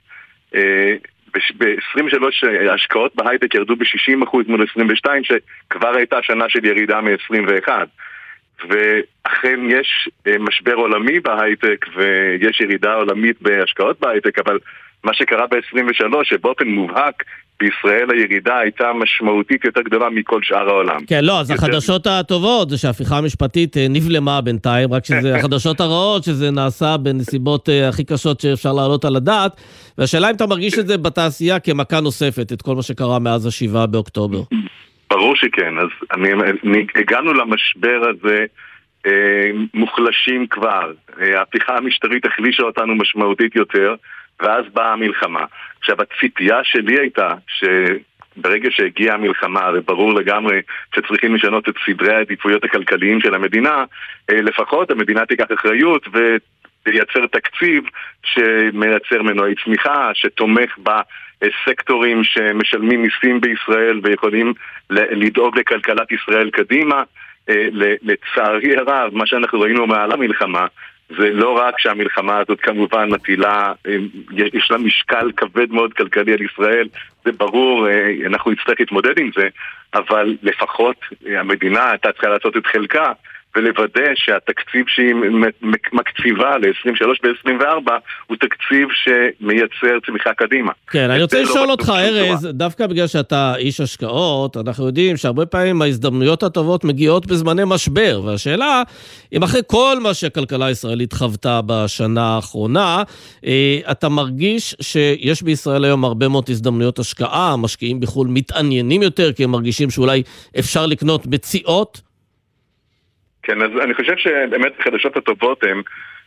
ב-23 ההשקעות בהייטק ירדו ב-60% מול 22, שכבר הייתה שנה של ירידה מ-21. ואכן יש משבר עולמי בהייטק ויש ירידה עולמית בהשקעות בהייטק, אבל מה שקרה ב-23 שבאופן מובהק בישראל הירידה הייתה משמעותית יותר גדולה מכל שאר העולם. כן, לא, אז החדשות הטובות זה שההפיכה המשפטית נבלמה בינתיים, רק שזה החדשות הרעות שזה נעשה בנסיבות הכי קשות שאפשר לעלות על הדעת, והשאלה אם אתה מרגיש את זה בתעשייה כמכה נוספת, את כל מה שקרה מאז ה7 באוקטובר. ברור שכן, אז הגענו למשבר הזה מוחלשים כבר, ההפיכה המשטרית החלישה אותנו משמעותית יותר, ואז באה המלחמה. עכשיו, הציפייה שלי הייתה שברגע שהגיעה המלחמה, וברור לגמרי שצריכים לשנות את סדרי העדיפויות הכלכליים של המדינה, לפחות המדינה תיקח אחריות ותייצר תקציב שמייצר מנועי צמיחה, שתומך בסקטורים שמשלמים מיסים בישראל ויכולים לדאוג לכלכלת ישראל קדימה. לצערי הרב, מה שאנחנו ראינו מעל המלחמה, זה לא רק שהמלחמה הזאת כמובן מטילה, יש לה משקל כבד מאוד כלכלי על ישראל, זה ברור, אנחנו נצטרך להתמודד עם זה, אבל לפחות המדינה הייתה צריכה לעשות את חלקה, ולוודא שהתקציב שהיא מקציבה ל-23 ו-24 הוא תקציב שמייצר צמיחה קדימה. כן, אני רוצה לשאול אותך, ארז, דווקא בגלל שאתה איש השקעות, אנחנו יודעים שהרבה פעמים ההזדמנויות הטובות מגיעות בזמני משבר, והשאלה, אם אחרי כל מה שהכלכלה הישראלית חוותה בשנה האחרונה, אתה מרגיש שיש בישראל היום הרבה מאוד הזדמנויות השקעה, המשקיעים בחו"ל מתעניינים יותר, כי הם מרגישים שאולי אפשר לקנות בציעות? כן, אז אני חושב שבאמת החדשות הטובות הן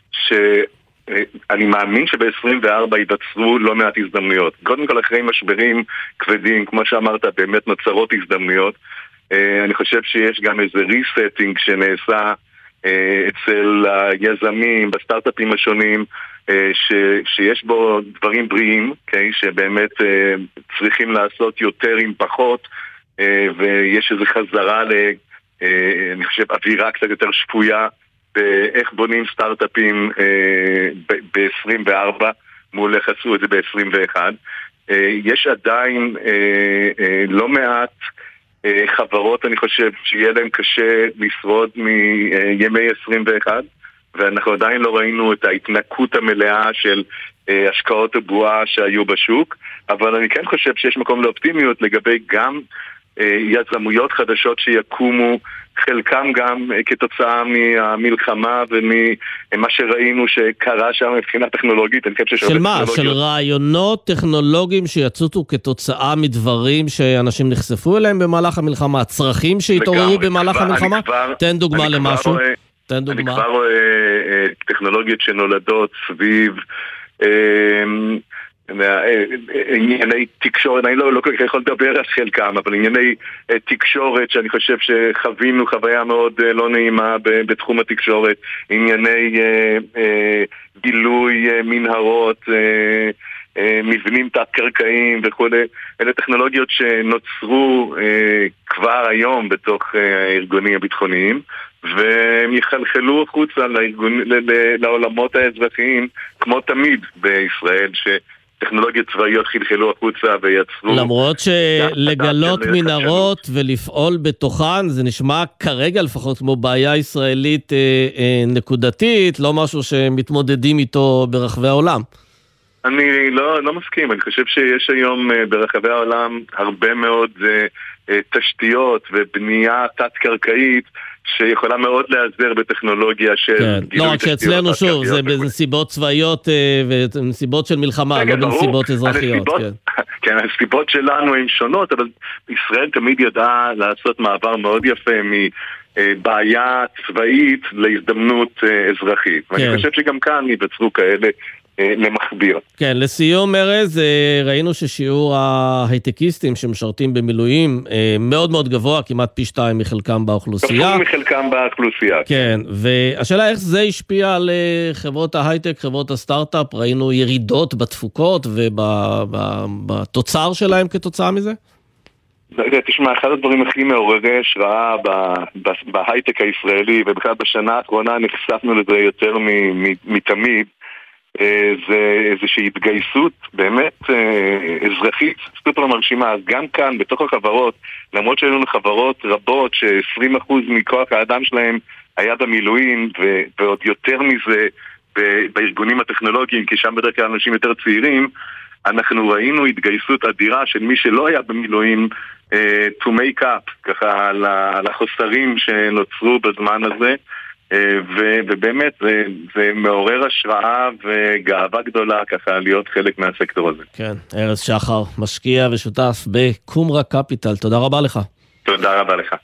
שאני מאמין שב-24 ייווצרו לא מעט הזדמנויות. קודם כל אחרי משברים כבדים, כמו שאמרת, באמת נוצרות הזדמנויות. אני חושב שיש גם איזה ריסטינג שנעשה אצל היזמים, בסטארט-אפים השונים, שיש בו דברים בריאים, שבאמת צריכים לעשות יותר עם פחות, ויש איזו חזרה אני חושב אווירה קצת יותר שפויה באיך בונים סטארט-אפים ב-24 מול איך עשו את זה ב-21. יש עדיין לא מעט חברות, אני חושב, שיהיה להם קשה לשרוד מימי 21, ואנחנו עדיין לא ראינו את ההתנקות המלאה של השקעות הבועה שהיו בשוק, אבל אני כן חושב שיש מקום לאופטימיות לגבי גם יזמויות חדשות שיקומו, חלקם גם כתוצאה מהמלחמה וממה שראינו שקרה שם מבחינה טכנולוגית. של מה? של רעיונות טכנולוגיים שיצאו כתוצאה מדברים שאנשים נחשפו אליהם במהלך המלחמה, הצרכים שהתעוררו במהלך המלחמה? תן דוגמה למשהו. אני כבר רואה טכנולוגיות שנולדות סביב ענייני תקשורת, אני לא כל כך יכול לדבר על חלקם, אבל ענייני תקשורת שאני חושב שחווינו חוויה מאוד לא נעימה בתחום התקשורת, ענייני גילוי מנהרות, מבנים תת-קרקעיים וכו'. אלה טכנולוגיות שנוצרו כבר היום בתוך הארגונים הביטחוניים, והם יחלחלו חוצה לעולמות האזרחיים, כמו תמיד בישראל, טכנולוגיות צבאיות חלחלו החוצה ויצרו... למרות שלגלות מנהרות ולפעול בתוכן, זה נשמע כרגע לפחות כמו בעיה ישראלית נקודתית, לא משהו שמתמודדים איתו ברחבי העולם. אני לא מסכים, אני חושב שיש היום ברחבי העולם הרבה מאוד תשתיות ובנייה תת-קרקעית, שיכולה מאוד להיעזר בטכנולוגיה של... כן, לא רק שאצלנו שוב, זה בנסיבות צבאיות ובנסיבות של מלחמה, לא בנסיבות אזרחיות. כן, הסיבות שלנו הן שונות, אבל ישראל תמיד ידעה לעשות מעבר מאוד יפה מבעיה צבאית להזדמנות אזרחית. ואני חושב שגם כאן ייווצרו כאלה למחביר. כן, לסיום ארז, ראינו ששיעור ההייטקיסטים שמשרתים במילואים מאוד מאוד גבוה, כמעט פי 2 מחלקם באוכלוסייה. כפול מחלקם באוכלוסייה. כן, והשאלה איך זה השפיע על חברות ההייטק, חברות הסטארט-אפ, ראינו ירידות בתפוקות ובתוצר שלהם כתוצאה מזה? תשמע, אחד הדברים הכי מעוררי השראה בהייטק הישראלי, ובכלל בשנה האחרונה נחשפנו לזה יותר מתמיד, זה איזושהי התגייסות באמת אזרחית סופר מרשימה. אז גם כאן בתוך החברות, למרות שהיו לנו חברות רבות ש20% מכוח האדם שלהם היה במילואים, ועוד יותר מזה בארגונים הטכנולוגיים, כי שם בדרך כלל אנשים יותר צעירים, אנחנו ראינו התגייסות אדירה של מי שלא היה במילואים to make up, ככה על החוסרים שנוצרו בזמן הזה. ובאמת זה מעורר השראה וגאווה גדולה ככה להיות חלק מהסקטור הזה. כן, ארז שחר, משקיע ושותף בקומרה קפיטל, תודה רבה לך. תודה רבה לך.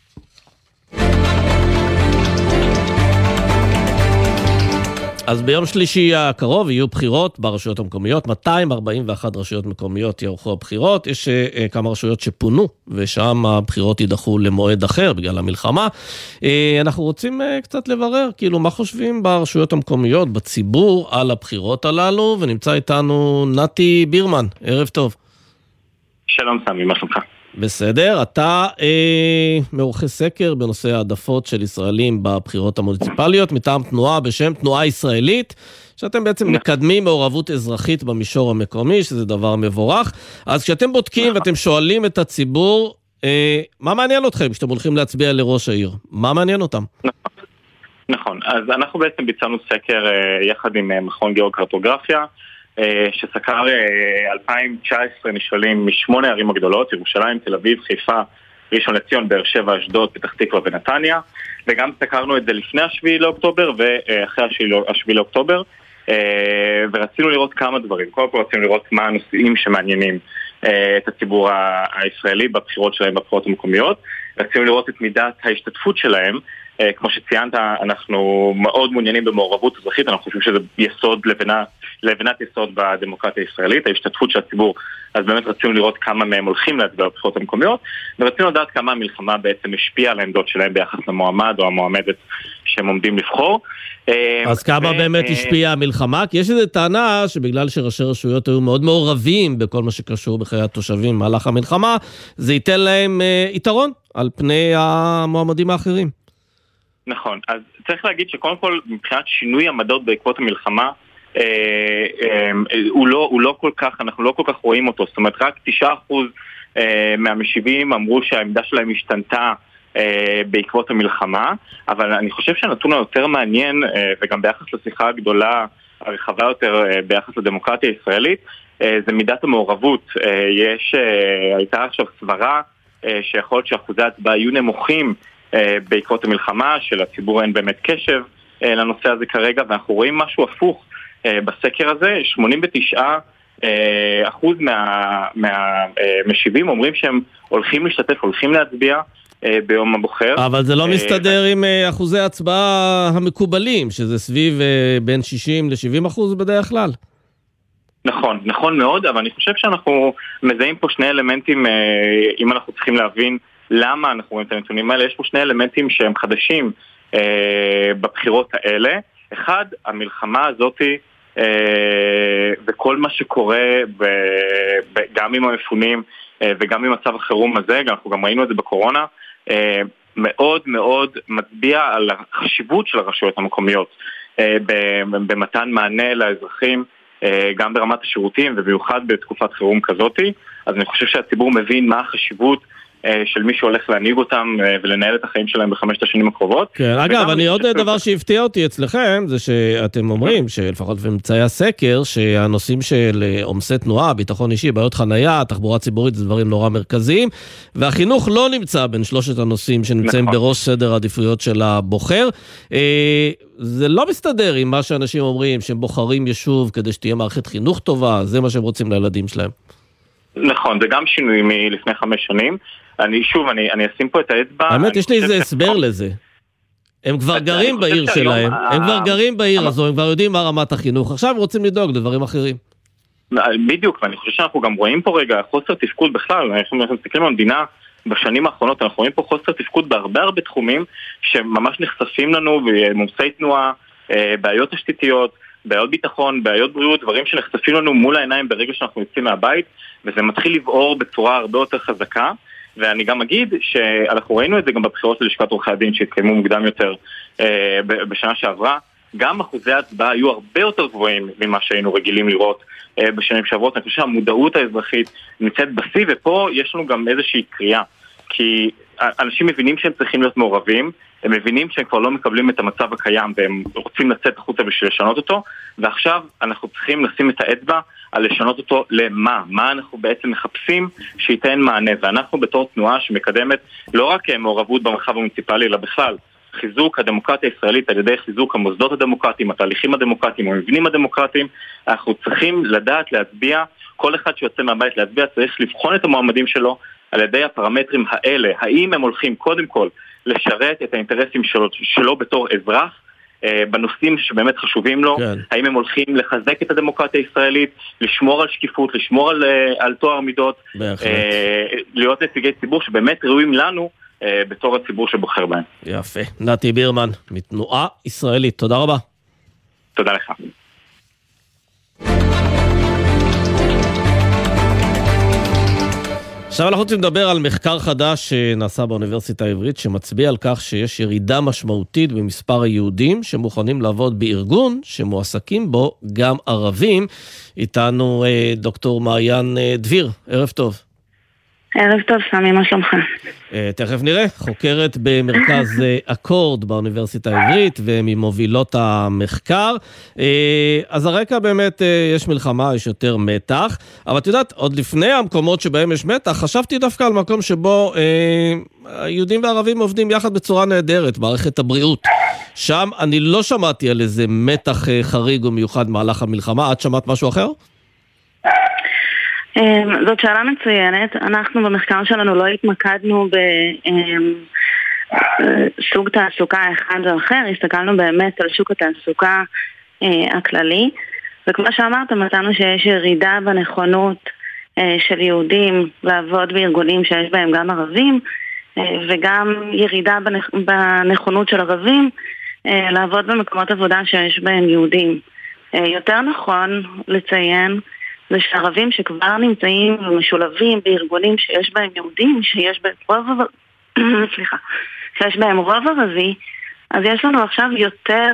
אז ביום שלישי הקרוב יהיו בחירות ברשויות המקומיות, 241 רשויות מקומיות יערכו הבחירות, יש כמה רשויות שפונו, ושם הבחירות יידחו למועד אחר בגלל המלחמה. אנחנו רוצים קצת לברר, כאילו מה חושבים ברשויות המקומיות, בציבור, על הבחירות הללו, ונמצא איתנו נתי בירמן, ערב טוב. שלום סמי, מה שלומך? בסדר, אתה מעורכי סקר בנושא העדפות של ישראלים בבחירות המוניציפליות, מטעם תנועה בשם תנועה ישראלית, שאתם בעצם מקדמים מעורבות אזרחית במישור המקומי, שזה דבר מבורך. אז כשאתם בודקים ואתם שואלים את הציבור, מה מעניין אתכם כשאתם הולכים להצביע לראש העיר? מה מעניין אותם? נכון, אז אנחנו בעצם ביצענו סקר יחד עם מכון גיאוקרטוגרפיה, שסקר 2019 נשאלים מ8 ערים הגדולות, ירושלים, תל אביב, חיפה, ראשון לציון, באר שבע, אשדוד, פתח תקווה ונתניה, וגם סקרנו את זה לפני 7 לאוקטובר ואחרי 7 לאוקטובר, ורצינו לראות כמה דברים. קודם כל רצינו לראות מה הנושאים שמעניינים את הציבור הישראלי בבחירות שלהם בבחירות המקומיות, רצינו לראות את מידת ההשתתפות שלהם, כמו שציינת, אנחנו מאוד מעוניינים במעורבות אזרחית, אנחנו חושבים שזה יסוד לבנת יסוד בדמוקרטיה הישראלית, ההשתתפות של הציבור. אז באמת רצינו לראות כמה מהם הולכים להצביע בבחירות המקומיות, ורצינו לדעת כמה המלחמה בעצם השפיעה על העמדות שלהם ביחס למועמד או המועמדת שהם עומדים לבחור. אז כמה באמת השפיעה המלחמה? כי יש איזו טענה שבגלל שראשי רשויות היו מאוד מעורבים בכל מה שקשור בחיי התושבים במהלך המלחמה, זה ייתן להם יתרון על פני המועמדים האחרים. נכון, אז צריך להגיד שקודם כל מבחינת שינוי עמדות בעקבות המלחמה, הוא לא כל כך, אנחנו לא כל כך רואים אותו, זאת אומרת רק 9% מהמשיבים אמרו שהעמדה שלהם השתנתה בעקבות המלחמה, אבל אני חושב שהנתון היותר מעניין, וגם ביחס לשיחה הגדולה, הרחבה יותר ביחס לדמוקרטיה הישראלית, זה מידת המעורבות. הייתה עכשיו סברה שיכול להיות שאחוזי ההצבעה יהיו נמוכים בעקבות המלחמה, של הציבור אין באמת קשב לנושא הזה כרגע, ואנחנו רואים משהו הפוך בסקר הזה. 89% מהמשיבים אומרים שהם הולכים להשתתף, הולכים להצביע ביום הבוחר. אבל זה לא מסתדר עם אחוזי ההצבעה המקובלים, שזה סביב בין 60 ל-70% בדרך כלל. נכון, נכון מאוד, אבל אני חושב שאנחנו מזהים פה שני אלמנטים, אם אנחנו צריכים להבין למה אנחנו רואים את הנתונים האלה, יש פה שני אלמנטים שהם חדשים בבחירות האלה. אחד, המלחמה הזאת וכל מה שקורה גם עם המפונים וגם עם מצב החירום הזה, אנחנו גם ראינו את זה בקורונה, מאוד מאוד מצביע על החשיבות של הרשויות המקומיות במתן מענה לאזרחים, גם ברמת השירותים ובמיוחד בתקופת חירום כזאת. אז אני חושב שהציבור מבין מה החשיבות של מי שהולך להנהיג אותם ולנהל את החיים שלהם בחמשת השנים הקרובות. כן, אגב, עוד דבר שהפתיע אותי אצלכם, זה שאתם אומרים, שלפחות בממצאי הסקר, שהנושאים של עומסי תנועה, ביטחון אישי, בעיות חנייה, תחבורה ציבורית, זה דברים נורא מרכזיים, והחינוך לא נמצא בין שלושת הנושאים שנמצאים בראש סדר העדיפויות של הבוחר. זה לא מסתדר עם מה שאנשים אומרים, שהם בוחרים יישוב כדי שתהיה מערכת חינוך טובה, זה מה שהם רוצים לילדים שלהם. נכון, זה גם שינוי מלפני 5 שנים. אני אשים פה את האצבע. האמת, יש לי איזה הסבר לזה. הם כבר גרים בעיר שלהם, הם כבר גרים בעיר הזו, הם כבר יודעים מה רמת החינוך. עכשיו הם רוצים לדאוג לדברים אחרים. בדיוק, ואני חושב שאנחנו גם רואים פה רגע חוסר תפקוד בכלל. אנחנו מסתכלים על המדינה בשנים האחרונות, אנחנו רואים פה חוסר תפקוד בהרבה תחומים שממש נחשפים לנו, ומומסי תנועה, בעיות תשתיתיות, בעיות ביטחון, בעיות בריאות, דברים שנחשפים לנו מול העיניים ברגע שאנחנו יוצאים מהבית, וזה מתחיל לבעור בצורה הרבה יותר חזקה. ואני גם אגיד שאנחנו ראינו את זה גם בבחירות ללשכת עורכי הדין שהתקיימו מוקדם יותר בשנה שעברה. גם אחוזי ההצבעה היו הרבה יותר גבוהים ממה שהיינו רגילים לראות בשנים שעברות. אני חושב שהמודעות האזרחית נמצאת בשיא, ופה יש לנו גם איזושהי קריאה, כי אנשים מבינים שהם צריכים להיות מעורבים, הם מבינים שהם כבר לא מקבלים את המצב הקיים והם רוצים לצאת החוצה בשביל לשנות אותו, ועכשיו אנחנו צריכים לשים את האצבע על לשנות אותו למה, מה אנחנו בעצם מחפשים שייתן מענה. ואנחנו בתור תנועה שמקדמת לא רק מעורבות במרחב המוניציפלי, אלא בכלל חיזוק הדמוקרטיה הישראלית על ידי חיזוק המוסדות הדמוקרטיים, התהליכים הדמוקרטיים, המבנים הדמוקרטיים. אנחנו צריכים לדעת להצביע, כל אחד שיוצא מהבית להצביע צריך לבחון את המועמדים שלו על ידי הפרמטרים האלה, האם הם הולכים קודם כל לשרת את האינטרסים שלו בתור אזרח, בנושאים שבאמת חשובים לו, כן. האם הם הולכים לחזק את הדמוקרטיה הישראלית, לשמור על שקיפות, לשמור על תואר מידות, להיות נציגי ציבור שבאמת ראויים לנו בתור הציבור שבוחר בהם. יפה. נתי בירמן, מתנועה ישראלית, תודה רבה. תודה לך. עכשיו אנחנו רוצים לדבר על מחקר חדש שנעשה באוניברסיטה העברית, שמצביע על כך שיש ירידה משמעותית במספר היהודים שמוכנים לעבוד בארגון שמועסקים בו גם ערבים. איתנו דוקטור מעיין דביר, ערב טוב. ערב טוב, סמי, מה שלומך? תכף נראה, חוקרת במרכז אקורד באוניברסיטה העברית וממובילות המחקר. אז הרקע באמת יש מלחמה, יש יותר מתח, אבל את יודעת, עוד לפני המקומות שבהם יש מתח, חשבתי דווקא על מקום שבו היהודים והערבים עובדים יחד בצורה נהדרת, מערכת הבריאות. שם אני לא שמעתי על איזה מתח חריג ומיוחד מהלך המלחמה, את שמעת משהו אחר? זאת שאלה מצוינת. אנחנו במחקר שלנו לא התמקדנו בסוג תעסוקה אחד או אחר, הסתכלנו באמת על שוק התעסוקה הכללי, וכמו שאמרת, מצאנו שיש ירידה בנכונות של יהודים לעבוד בארגונים שיש בהם גם ערבים, וגם ירידה בנכונות של ערבים לעבוד במקומות עבודה שיש בהם יהודים. יותר נכון לציין זה שערבים שכבר נמצאים ומשולבים בארגונים שיש בהם יהודים, שיש בהם רוב ערבי, אז יש לנו עכשיו יותר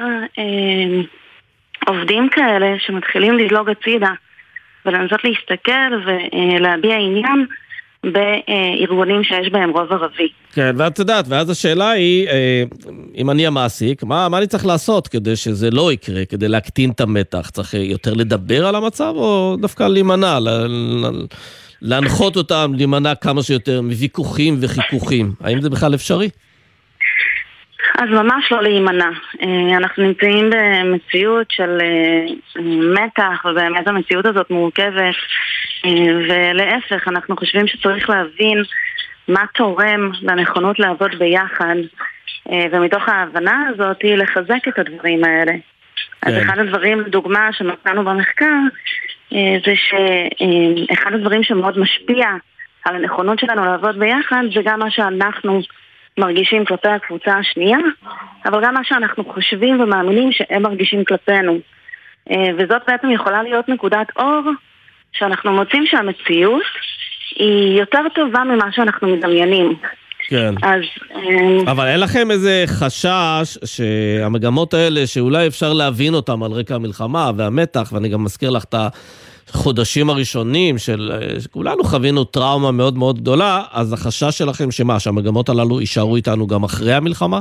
עובדים כאלה שמתחילים לדלוג הצידה ולנסות להסתכל ולהביע עניין בארגונים שיש בהם רוב ערבי. כן, ואת יודעת, ואז השאלה היא, אם אני המעסיק, מה אני צריך לעשות כדי שזה לא יקרה, כדי להקטין את המתח? צריך יותר לדבר על המצב, או דווקא להימנע, להנחות אותם, להימנע כמה שיותר מוויכוחים וחיכוכים? האם זה בכלל אפשרי? אז ממש לא להימנע. אנחנו נמצאים במציאות של מתח, ובאמת המציאות הזאת מורכבת, ולהפך, אנחנו חושבים שצריך להבין מה תורם לנכונות לעבוד ביחד, ומתוך ההבנה הזאת לחזק את הדברים האלה. אז אחד הדברים, לדוגמה, שמצאנו במחקר, זה שאחד הדברים שמאוד משפיע על הנכונות שלנו לעבוד ביחד זה גם מה שאנחנו מרגישים כלפי הקבוצה השנייה, אבל גם מה שאנחנו חושבים ומאמינים שהם מרגישים כלפינו. וזאת בעצם יכולה להיות נקודת אור שאנחנו מוצאים שהמציאות היא יותר טובה ממה שאנחנו מדמיינים. כן. אז, אבל אין לכם איזה חשש שהמגמות האלה שאולי אפשר להבין אותם על רקע המלחמה והמתח, ואני גם מזכיר לך את החודשים הראשונים של כולנו חווינו טראומה מאוד מאוד גדולה, אז החשש שלכם שמה, שהמגמות הללו יישארו איתנו גם אחרי המלחמה?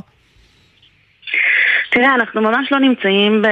תראה, אנחנו ממש לא נמצאים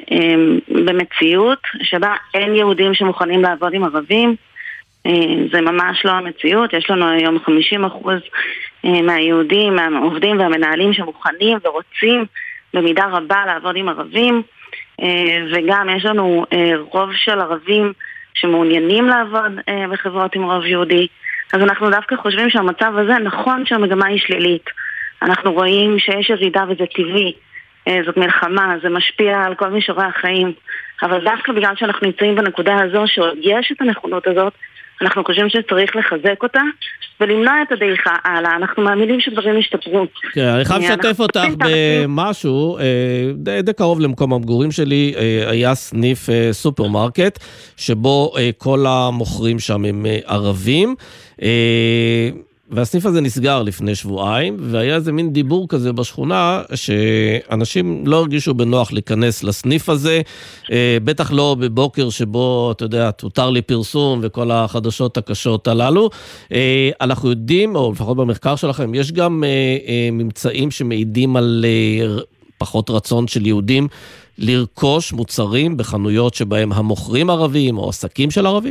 במציאות שבה אין יהודים שמוכנים לעבוד עם ערבים. זה ממש לא המציאות. יש לנו היום 50% מהיהודים, מהעובדים והמנהלים שמוכנים ורוצים במידה רבה לעבוד עם ערבים, וגם יש לנו רוב של ערבים שמעוניינים לעבוד בחברות עם רוב יהודי. אז אנחנו דווקא חושבים שהמצב הזה נכון שהמגמה היא שלילית. אנחנו רואים שיש ירידה וזה טבעי. זאת מלחמה, זה משפיע על כל מישורי החיים, אבל דווקא בגלל שאנחנו נמצאים בנקודה הזו שעוד יש את הנכונות הזאת, אנחנו חושבים שצריך לחזק אותה ולמנוע את הדעיכה הלאה. אנחנו מאמינים שדברים ישתפרו. כן, אני חייב לשתף אותך במשהו, די קרוב למקום המגורים שלי, היה סניף סופרמרקט, שבו כל המוכרים שם הם ערבים, והסניף הזה נסגר לפני שבועיים, והיה איזה מין דיבור כזה בשכונה, שאנשים לא הרגישו בנוח להיכנס לסניף הזה, בטח לא בבוקר שבו, אתה יודע, תותר לי פרסום וכל החדשות הקשות הללו. אנחנו יודעים, או לפחות במחקר שלכם, יש גם ממצאים שמעידים על פחות רצון של יהודים לרכוש מוצרים בחנויות שבהם המוכרים ערבים או עסקים של ערבים?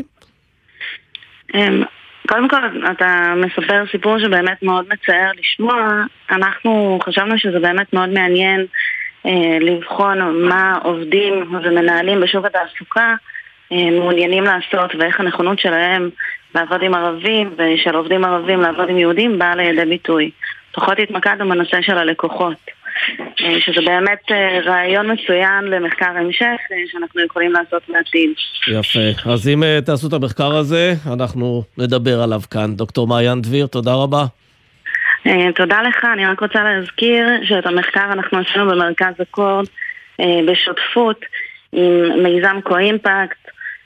קודם כל, אתה מספר סיפור שבאמת מאוד מצער לשמוע. אנחנו חשבנו שזה באמת מאוד מעניין לבחון מה עובדים ומנהלים בשוק התעסוקה מעוניינים לעשות, ואיך הנכונות שלהם לעבוד עם ערבים ושל עובדים ערבים לעבוד עם יהודים באה לידי ביטוי. פחות התמקדנו בנושא של הלקוחות, שזה באמת רעיון מצוין למחקר המשך שאנחנו יכולים לעשות בעתיד. יפה, אז אם תעשו את המחקר הזה, אנחנו נדבר עליו כאן. דוקטור מעיין דביר, תודה רבה. תודה לך, אני רק רוצה להזכיר שאת המחקר אנחנו עשינו במרכז אקורד בשותפות עם מיזם קו-אימפקט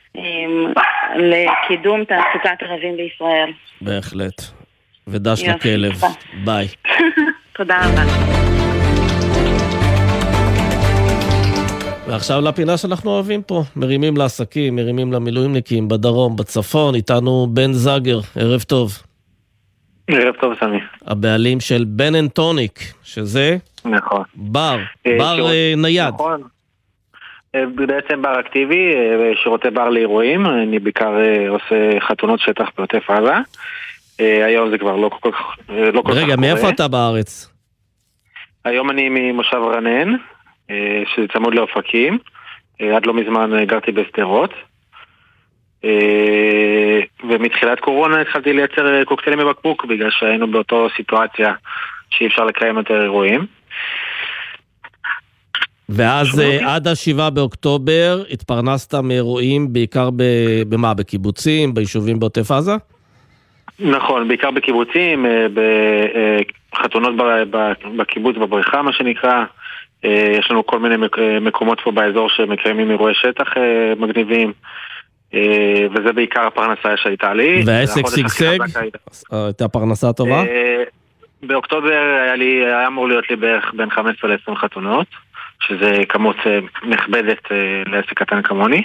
לקידום תעסוקת ערבים בישראל. בהחלט, ודש לכלב, ביי. תודה רבה. ועכשיו לפינה שאנחנו אוהבים פה, מרימים לעסקים, מרימים למילואימניקים, בדרום, בצפון, איתנו בן זאגר, ערב טוב. ערב טוב, סמי. הבעלים של בן אנד טוניק, שזה? נכון. בר נייד. נכון. בעצם בר אקטיבי, שירותי בר לאירועים, אני בעיקר עושה חתונות שטח בעוטף עזה. היום זה כבר לא כל כך רגע, מאיפה אתה בארץ? היום אני ממושב רנן, שזה צמוד לאופקים. עד לא מזמן גרתי בסדרות. ומתחילת קורונה התחלתי לייצר קוקטיילים בבקבוק, בגלל שהיינו באותו סיטואציה שאי אפשר לקיים יותר אירועים. ואז עד 7 באוקטובר התפרנסת מאירועים בעיקר במה? בקיבוצים, ביישובים בעוטף עזה? נכון, בעיקר בקיבוצים, בחתונות בקיבוץ, בבריכה מה שנקרא. יש לנו כל מיני מקומות פה באזור שמקיימים אירועי שטח מגניבים, וזה בעיקר הפרנסה שהייתה לי. והעסק סגסג? הייתה פרנסה טובה? באוקטובר היה אמור להיות לי בערך בין 15 ל-20 חתונות, שזה כמות נכבדת לעסק קטן כמוני.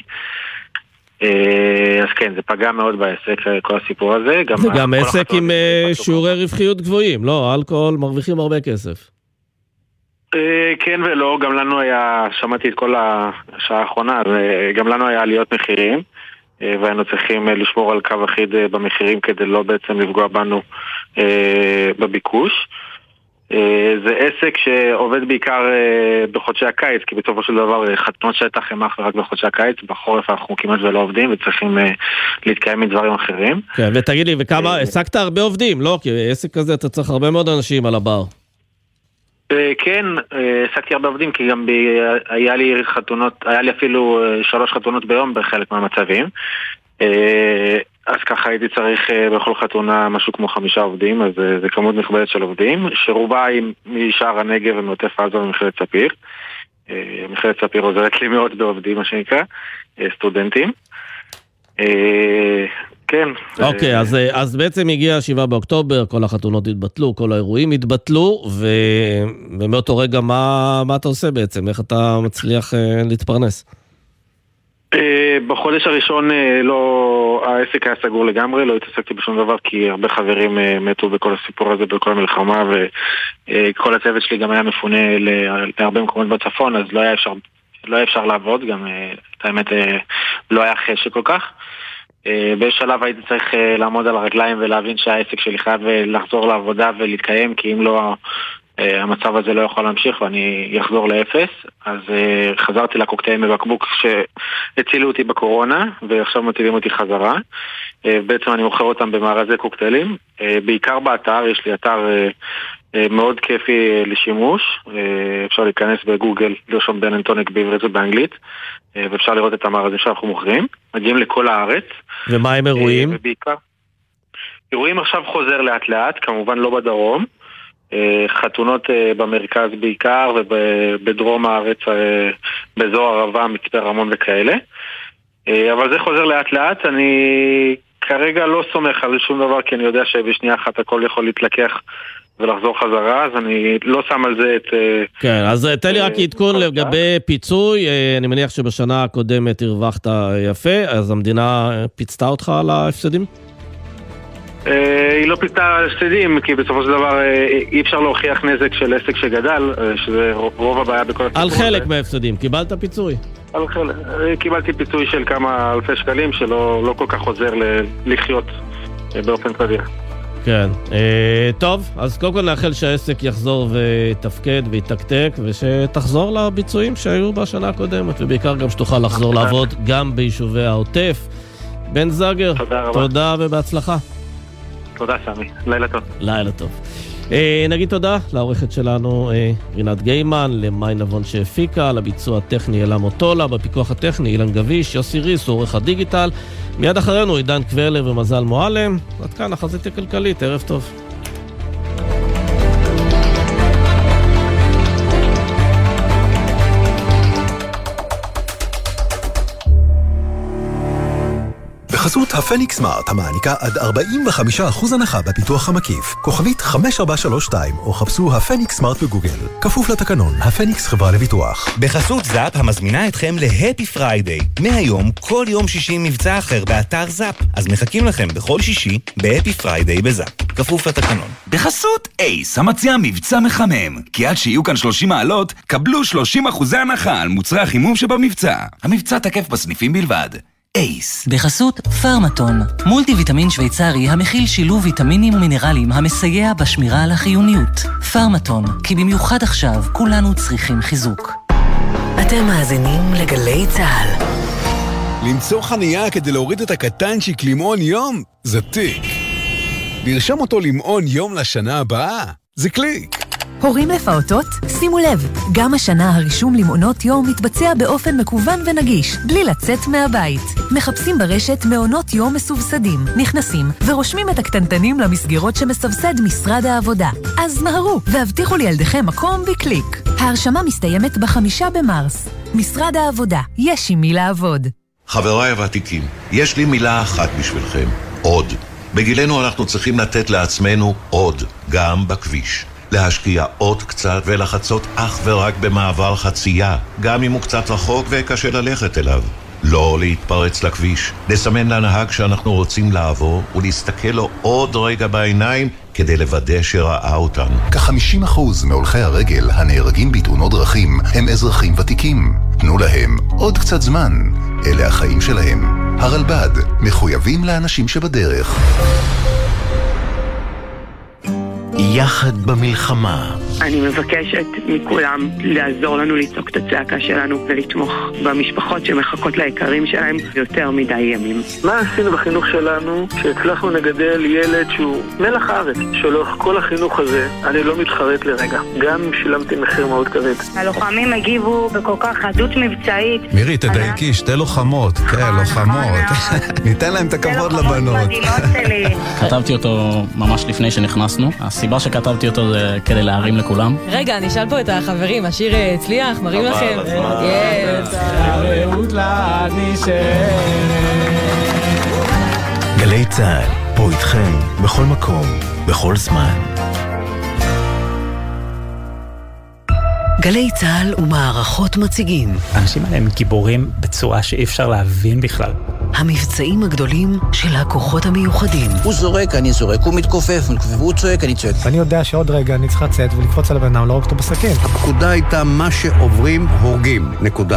אז כן, זה פגע מאוד בעסק, כל הסיפור הזה. זה גם עסק עם שיעורי רווחיות גבוהים, לא? אלכוהול מרוויחים הרבה כסף. כן ולא, גם לנו היה, שמעתי את כל השעה האחרונה, גם לנו היה עליות מחירים, והיינו צריכים לשמור על קו אחיד במחירים כדי לא בעצם לפגוע בנו בביקוש. זה עסק שעובד בעיקר בחודשי הקיץ, כי בסופו של דבר חתונות שטח הם אך ורק בחודשי הקיץ, בחורף אנחנו כמעט ולא עובדים וצריכים להתקיים מדברים אחרים. כן, ותגיד לי, וכמה, העסקת הרבה עובדים, לא? כי עסק כזה אתה צריך הרבה מאוד אנשים על הבר. כן, העסקתי הרבה עובדים, כי גם היה לי אפילו 3 חתונות ביום בחלק מהמצבים. אז ככה הייתי צריך בכל חתונה משהו כמו 5 עובדים, אז זה כמות נכבדת של עובדים, שרובה היא משער הנגב ומעוטף עזה ומכללת ספיר. מכללת ספיר עוזרת לי מאוד בעובדים, מה שנקרא, סטודנטים. כן. אוקיי, אז בעצם הגיע 7 באוקטובר, כל החתונות התבטלו, כל האירועים התבטלו, ומאותו רגע מה אתה עושה בעצם? איך אתה מצליח להתפרנס? בחודש הראשון העסק היה סגור לגמרי, לא התעסקתי בשום דבר כי הרבה חברים מתו בכל הסיפור הזה, בכל המלחמה, וכל הצוות שלי גם היה מפונה להרבה מקומות בצפון, אז לא היה אפשר לעבוד, גם האמת לא היה חשק כל כך. בשלב הייתי צריך לעמוד על הרגליים ולהבין שהעסק שלי חייב לחזור לעבודה ולהתקיים, כי אם לא, המצב הזה לא יכול להמשיך ואני אחזור לאפס. אז חזרתי לקוקטייל מבקבוק שהצילו אותי בקורונה ועכשיו מטילים אותי חזרה. בעצם אני מוכר אותם במארזי קוקטיילים, בעיקר באתר. יש לי אתר מאוד כיפי לשימוש, אפשר להיכנס בגוגל, לרשום בן אנטוניק בעברית ובאנגלית, ואפשר לראות את המארזים שאנחנו מוכרים. מגיעים לכל הארץ. ומה הם אירועים? ובעיקר אירועים עכשיו חוזר לאט לאט, כמובן לא בדרום, חתונות במרכז בעיקר, ובדרום הארץ באזור ערבה, מצפה רמון וכאלה, אבל זה חוזר לאט לאט. אני כרגע לא סומך על שום דבר, כי אני יודע שבשנייה אחת הכל יכול להתלקח ולחזור חזרה, אז אני לא שם על זה את... כן, אז תן לי רק עדכון לגבי פיצוי. אני מניח שבשנה הקודמת הרווחת יפה, אז המדינה פיצתה אותך על ההפסדים? היא לא פיצתה על הפסדים, כי בסופו של דבר אי אפשר להוכיח נזק של עסק שגדל, שזה רוב הבעיה בכל הסיפור. על חלק מההפסדים, קיבלת פיצוי? על חלק, קיבלתי פיצוי של כמה אלפי שקלים, שלא כל כך עוזר לחיות באופן סביר. כן, טוב, אז קודם כל נאחל שהעסק יחזור ויתפקד ויתקתק, ושתחזור לביצועים שהיו בשנה הקודמת, ובעיקר גם שתוכל לחזור לעבוד גם ביישובי העוטף. בן זגר, תודה ובהצלחה. תודה סמי, לילה טוב. לילה טוב. נגיד תודה לעורכת שלנו רינת גיימן, למאי נבון שהפיקה, לביצוע הטכני אלה מוטולה, בפיקוח הטכני אילן גביש, יוסי ריס, עורך הדיגיטל. מיד אחרינו עידן קוורלר ומזל מועלם. עד כאן החזית הכלכלית, ערב טוב. בחסות הפניקס סמארט, המעניקה עד 45% הנחה בפיתוח המקיף. כוכבית 5432, או חפשו הפניקס סמארט בגוגל. כפוף לתקנון, הפניקס חברה לביטוח. בחסות זאפ, המזמינה אתכם להפי פריידיי. מהיום, כל יום שישי מבצע אחר באתר זאפ. אז מחכים לכם בכל שישי בהפי פריידיי בזאפ. כפוף לתקנון. בחסות אייס, המציע מבצע מחמם. כי עד שיהיו כאן 30 מעלות, קבלו 30% הנחה על מוצרי החימום שבמבצע. המבצע תקף בסניפים בלבד. אייס. בחסות פרמטון, מולטי ויטמין שוויצרי המכיל שילוב ויטמינים ומינרלים המסייע בשמירה על החיוניות. פרמטון, כי במיוחד עכשיו כולנו צריכים חיזוק. אתם מאזינים לגלי צהל. למצוא חנייה כדי להוריד את הקטנצ'יק למעון יום זה טיק. לרשום אותו למעון יום לשנה הבאה זה קליק. הורים לפעוטות? שימו לב, גם השנה הרישום למעונות יום מתבצע באופן מקוון ונגיש, בלי לצאת מהבית. מחפשים ברשת מעונות יום מסובסדים, נכנסים ורושמים את הקטנטנים למסגרות שמסבסד משרד העבודה. אז מהרו והבטיחו לילדיכם מקום בקליק. ההרשמה מסתיימת ב5 במרס. משרד העבודה, יש עם מי לעבוד. חבריי הוותיקים, יש לי מילה אחת בשבילכם, עוד. בגילנו אנחנו צריכים לתת לעצמנו עוד, גם בכביש. להשקיע עוד קצת ולחצות אך ורק במעבר חצייה, גם אם הוא קצת רחוק וקשה ללכת אליו. לא להתפרץ לכביש, לסמן לנהג שאנחנו רוצים לעבור ולהסתכל לו עוד רגע בעיניים כדי לוודא שראה אותנו. כ-50% מהולכי הרגל הנהרגים בתאונות דרכים הם אזרחים ותיקים. תנו להם עוד קצת זמן, אלה החיים שלהם. הרלב"ד, מחויבים לאנשים שבדרך. יחד במלחמה, אני מבקשת מכולם לעזור לנו לצעוק את הצעקה שלנו ולתמוך במשפחות שמחכות ליקרים שלהם יותר מדי ימים. מה עשינו בחינוך שלנו שהצלחנו לגדל ילד שהוא מלח הארץ? שלאורך כל החינוך הזה אני לא מתחרט לרגע. גם שילמתי מחיר מאוד כבד. הלוחמים הגיבו בכל כך חדות מבצעית. מירי, תדייקי, שתי לוחמות. כן, לוחמות. ניתן להם את הכבוד לבנות. כתבתי אותו ממש לפני שנכנסנו. הסיבה שכתבתי אותו זה כדי להרים לכולם. רגע, אני אשאל פה את החברים, השיר הצליח, מראים לכם. גלי צהל, פה איתכם, בכל מקום, בכל זמן. גלי צהל ומערכות מציגים. האנשים האלה הם גיבורים בצורה שאי אפשר להבין בכלל. המבצעים הגדולים של הכוחות המיוחדים. הוא זורק, אני זורק, הוא מתכופף, והוא צועק, אני צועק. ואני יודע שעוד רגע אני צריך לצאת ולקפוץ על הבן אדם, לא רק אותו בסכין. הפקודה הייתה מה שעוברים, הורגים, נקודה.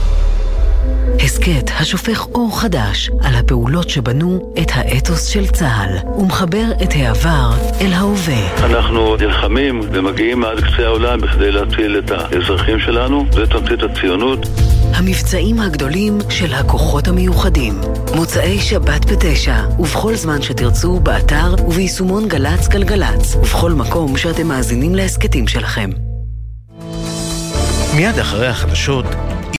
הסקט השופך אור חדש על הפעולות שבנו את האתוס של צה"ל ומחבר את העבר אל ההווה. אנחנו נלחמים ומגיעים עד קצה העולם בכדי להציל את האזרחים שלנו. זה תמצית הציונות. המבצעים הגדולים של הכוחות המיוחדים. מוצאי שבת ב9 ובכל זמן שתרצו באתר וביישומון גלץ גלגלץ ובכל מקום שאתם מאזינים להסקטים שלכם. מיד אחרי החדשות